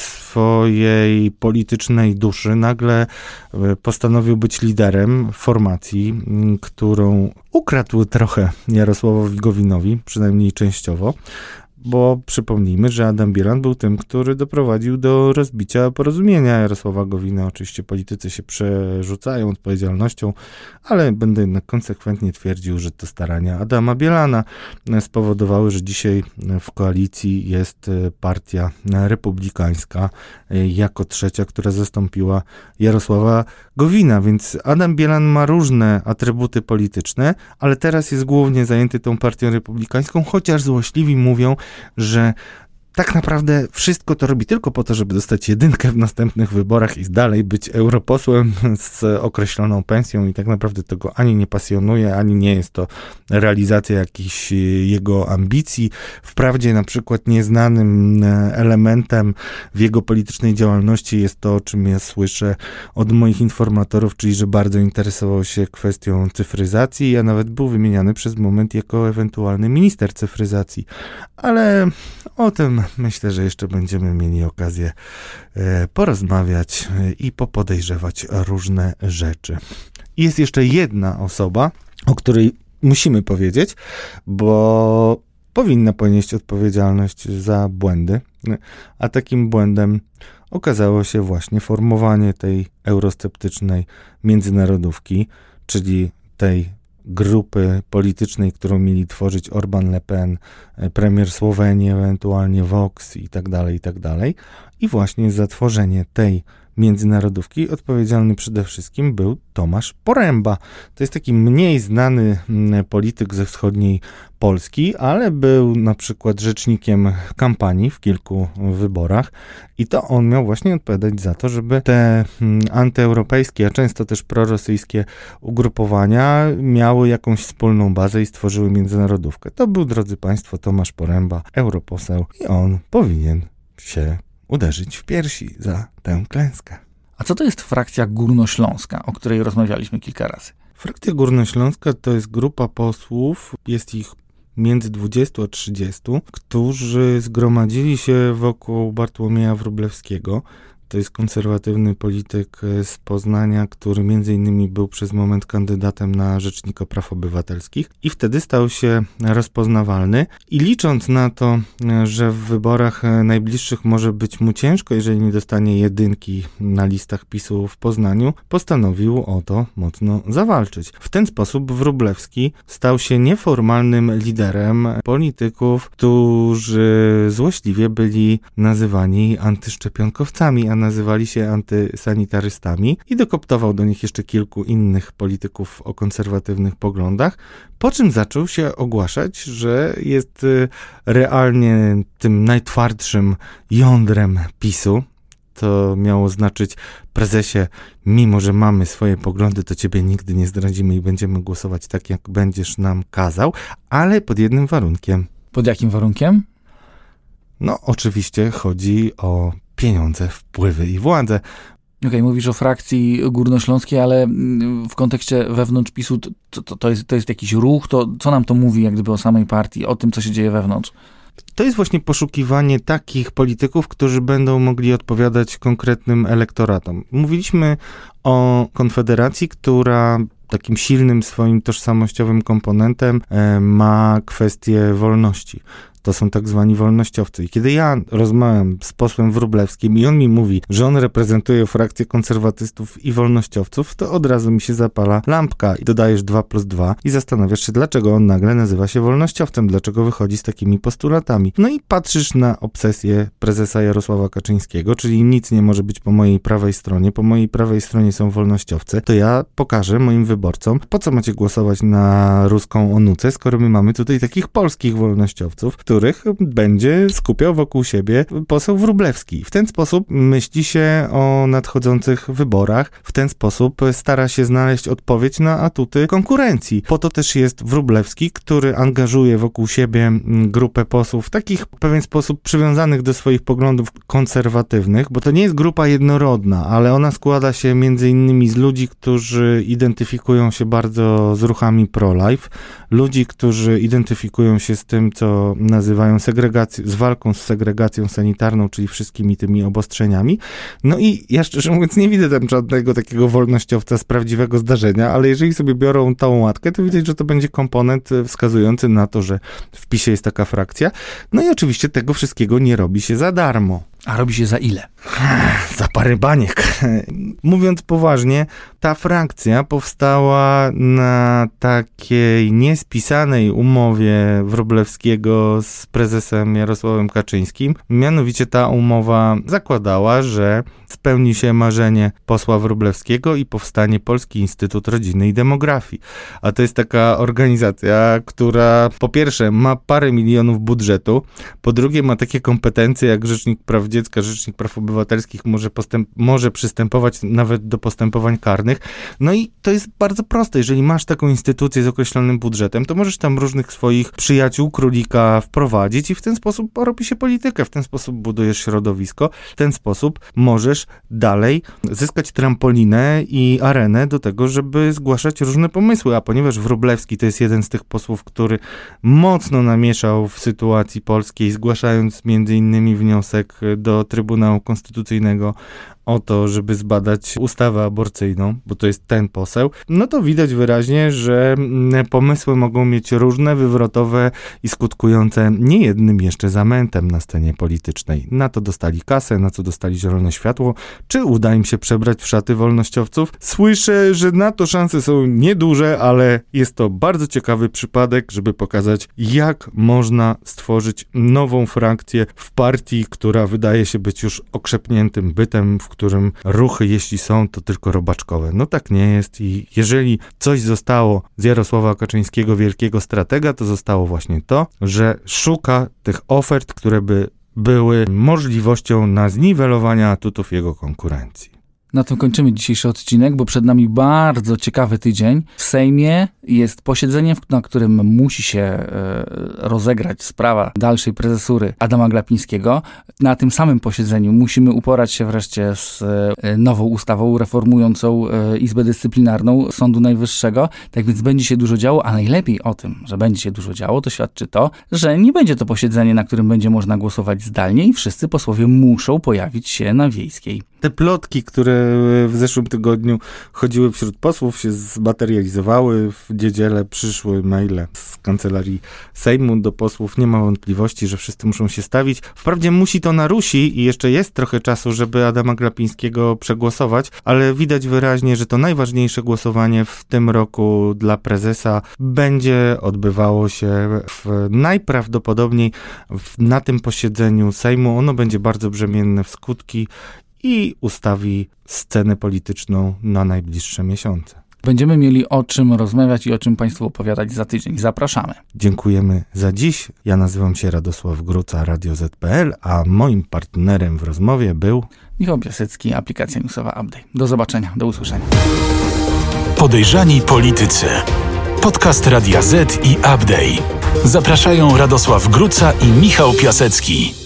swojej politycznej duszy nagle postanowił być liderem formacji, którą ukradł trochę Jarosławowi Gowinowi, przynajmniej częściowo, bo przypomnijmy, że Adam Bielan był tym, który doprowadził do rozbicia porozumienia Jarosława Gowina. Oczywiście politycy się przerzucają odpowiedzialnością, ale będę jednak konsekwentnie twierdził, że to starania Adama Bielana spowodowały, że dzisiaj w koalicji jest partia republikańska jako trzecia, która zastąpiła Jarosława Gowina, więc Adam Bielan ma różne atrybuty polityczne, ale teraz jest głównie zajęty tą partią republikańską, chociaż złośliwi mówią, że tak naprawdę wszystko to robi tylko po to, żeby dostać jedynkę w następnych wyborach i dalej być europosłem z określoną pensją i tak naprawdę tego ani nie pasjonuje, ani nie jest to realizacja jakichś jego ambicji. Wprawdzie na przykład nieznanym elementem w jego politycznej działalności jest to, o czym ja słyszę od moich informatorów, czyli że bardzo interesował się kwestią cyfryzacji, a nawet był wymieniany przez moment jako ewentualny minister cyfryzacji. Ale o tym myślę, że jeszcze będziemy mieli okazję porozmawiać i popodejrzewać różne rzeczy. Jest jeszcze jedna osoba, o której musimy powiedzieć, bo powinna ponieść odpowiedzialność za błędy, a takim błędem okazało się właśnie formowanie tej eurosceptycznej międzynarodówki, czyli tej grupy politycznej, którą mieli tworzyć Orban, Le Pen, premier Słowenii, ewentualnie Vox i tak dalej, i tak dalej. I właśnie za tworzenie tej międzynarodówki odpowiedzialny przede wszystkim był Tomasz Poręba. To jest taki mniej znany polityk ze wschodniej Polski, ale był na przykład rzecznikiem kampanii w kilku wyborach i to on miał właśnie odpowiadać za to, żeby te antyeuropejskie, a często też prorosyjskie ugrupowania miały jakąś wspólną bazę i stworzyły międzynarodówkę. To był, drodzy Państwo, Tomasz Poręba, europoseł i on powinien się uderzyć w piersi za tę klęskę. A co to jest frakcja górnośląska, o której rozmawialiśmy kilka razy? Frakcja górnośląska to jest grupa posłów, jest ich między 20 a 30, którzy zgromadzili się wokół Bartłomieja Wróblewskiego. To jest konserwatywny polityk z Poznania, który między innymi był przez moment kandydatem na Rzecznika Praw Obywatelskich i wtedy stał się rozpoznawalny. I licząc na to, że w wyborach najbliższych może być mu ciężko, jeżeli nie dostanie jedynki na listach PiS-u w Poznaniu, postanowił o to mocno zawalczyć. W ten sposób Wróblewski stał się nieformalnym liderem polityków, którzy złośliwie byli nazywani antyszczepionkowcami, a nazywali się antysanitarystami i dokoptował do nich jeszcze kilku innych polityków o konserwatywnych poglądach, po czym zaczął się ogłaszać, że jest realnie tym najtwardszym jądrem PiS-u. To miało znaczyć: prezesie, mimo że mamy swoje poglądy, to ciebie nigdy nie zdradzimy i będziemy głosować tak, jak będziesz nam kazał, ale pod jednym warunkiem. Pod jakim warunkiem? No, oczywiście chodzi o pieniądze, wpływy i władzę. Okej, mówisz o frakcji górnośląskiej, ale w kontekście wewnątrz PiS-u to jest jakiś ruch, to co nam to mówi jak gdyby o samej partii, o tym, co się dzieje wewnątrz? To jest właśnie poszukiwanie takich polityków, którzy będą mogli odpowiadać konkretnym elektoratom. Mówiliśmy o Konfederacji, która takim silnym swoim tożsamościowym komponentem ma kwestię wolności. To są tak zwani wolnościowcy. I kiedy ja rozmawiam z posłem Wróblewskim i on mi mówi, że on reprezentuje frakcję konserwatystów i wolnościowców, to od razu mi się zapala lampka i dodajesz 2 + 2 i zastanawiasz się, dlaczego on nagle nazywa się wolnościowcem, dlaczego wychodzi z takimi postulatami. No i patrzysz na obsesję prezesa Jarosława Kaczyńskiego, czyli nic nie może być po mojej prawej stronie, po mojej prawej stronie są wolnościowcy, to ja pokażę moim wyborcom, po co macie głosować na ruską onucę, skoro my mamy tutaj takich polskich wolnościowców, których będzie skupiał wokół siebie poseł Wróblewski. W ten sposób myśli się o nadchodzących wyborach, w ten sposób stara się znaleźć odpowiedź na atuty konkurencji. Po to też jest Wróblewski, który angażuje wokół siebie grupę posłów, takich w pewien sposób przywiązanych do swoich poglądów konserwatywnych, bo to nie jest grupa jednorodna, ale ona składa się między innymi z ludzi, którzy identyfikują się bardzo z ruchami pro-life, ludzi, którzy identyfikują się z tym, co nazywają segregacją, z walką z segregacją sanitarną, czyli wszystkimi tymi obostrzeniami. No i ja szczerze mówiąc nie widzę tam żadnego takiego wolnościowca z prawdziwego zdarzenia, ale jeżeli sobie biorą tą łatkę, to widać, że to będzie komponent wskazujący na to, że w PiS-ie jest taka frakcja. No i oczywiście tego wszystkiego nie robi się za darmo. A robi się za ile? Za parę baniek. Mówiąc poważnie, ta frakcja powstała na takiej niespisanej umowie Wróblewskiego z prezesem Jarosławem Kaczyńskim. Mianowicie ta umowa zakładała, że spełni się marzenie posła Wróblewskiego i powstanie Polski Instytut Rodziny i Demografii. A to jest taka organizacja, która po pierwsze ma parę milionów budżetu, po drugie ma takie kompetencje jak Rzecznik Praw Dziecka, Rzecznik Praw Obywatelskich, może przystępować nawet do postępowań karnych. No i to jest bardzo proste. Jeżeli masz taką instytucję z określonym budżetem, to możesz tam różnych swoich przyjaciół, królika wprowadzić i w ten sposób robi się politykę, w ten sposób budujesz środowisko, w ten sposób możesz dalej zyskać trampolinę i arenę do tego, żeby zgłaszać różne pomysły. A ponieważ Wróblewski to jest jeden z tych posłów, który mocno namieszał w sytuacji polskiej, zgłaszając między innymi wniosek do Trybunału Konstytucyjnego o to, żeby zbadać ustawę aborcyjną, bo to jest ten poseł, no to widać wyraźnie, że pomysły mogą mieć różne, wywrotowe i skutkujące niejednym jeszcze zamętem na scenie politycznej. Na to dostali kasę, na co dostali zielone światło. Czy uda im się przebrać w szaty wolnościowców? Słyszę, że na to szanse są nieduże, ale jest to bardzo ciekawy przypadek, żeby pokazać, jak można stworzyć nową frakcję w partii, która wydaje się być już okrzepniętym bytem, w którym ruchy, jeśli są, to tylko robaczkowe. No tak nie jest i jeżeli coś zostało z Jarosława Kaczyńskiego, wielkiego stratega, to zostało właśnie to, że szuka tych ofert, które by były możliwością na zniwelowanie atutów jego konkurencji. Na tym kończymy dzisiejszy odcinek, bo przed nami bardzo ciekawy tydzień. W Sejmie jest posiedzenie, na którym musi się rozegrać sprawa dalszej prezesury Adama Glapińskiego. Na tym samym posiedzeniu musimy uporać się wreszcie z nową ustawą reformującą Izbę Dyscyplinarną Sądu Najwyższego. Tak więc będzie się dużo działo, a najlepiej o tym, że będzie się dużo działo, to świadczy to, że nie będzie to posiedzenie, na którym będzie można głosować zdalnie i wszyscy posłowie muszą pojawić się na Wiejskiej. Te plotki, które w zeszłym tygodniu chodziły wśród posłów, się zmaterializowały. W niedzielę przyszły maile z kancelarii Sejmu do posłów. Nie ma wątpliwości, że wszyscy muszą się stawić. Wprawdzie musi to na Rusi i jeszcze jest trochę czasu, żeby Adama Glapińskiego przegłosować, ale widać wyraźnie, że to najważniejsze głosowanie w tym roku dla prezesa będzie odbywało się najprawdopodobniej na tym posiedzeniu Sejmu. Ono będzie bardzo brzemienne w skutki i ustawi scenę polityczną na najbliższe miesiące. Będziemy mieli o czym rozmawiać i o czym Państwu opowiadać za tydzień. Zapraszamy. Dziękujemy za dziś. Ja nazywam się Radosław Gruca, Radio Z.pl, a moim partnerem w rozmowie był Michał Piasecki, aplikacja newsowa Update. Do zobaczenia, do usłyszenia. Podejrzani politycy. Podcast Radia Z i Update. Zapraszają Radosław Gruca i Michał Piasecki.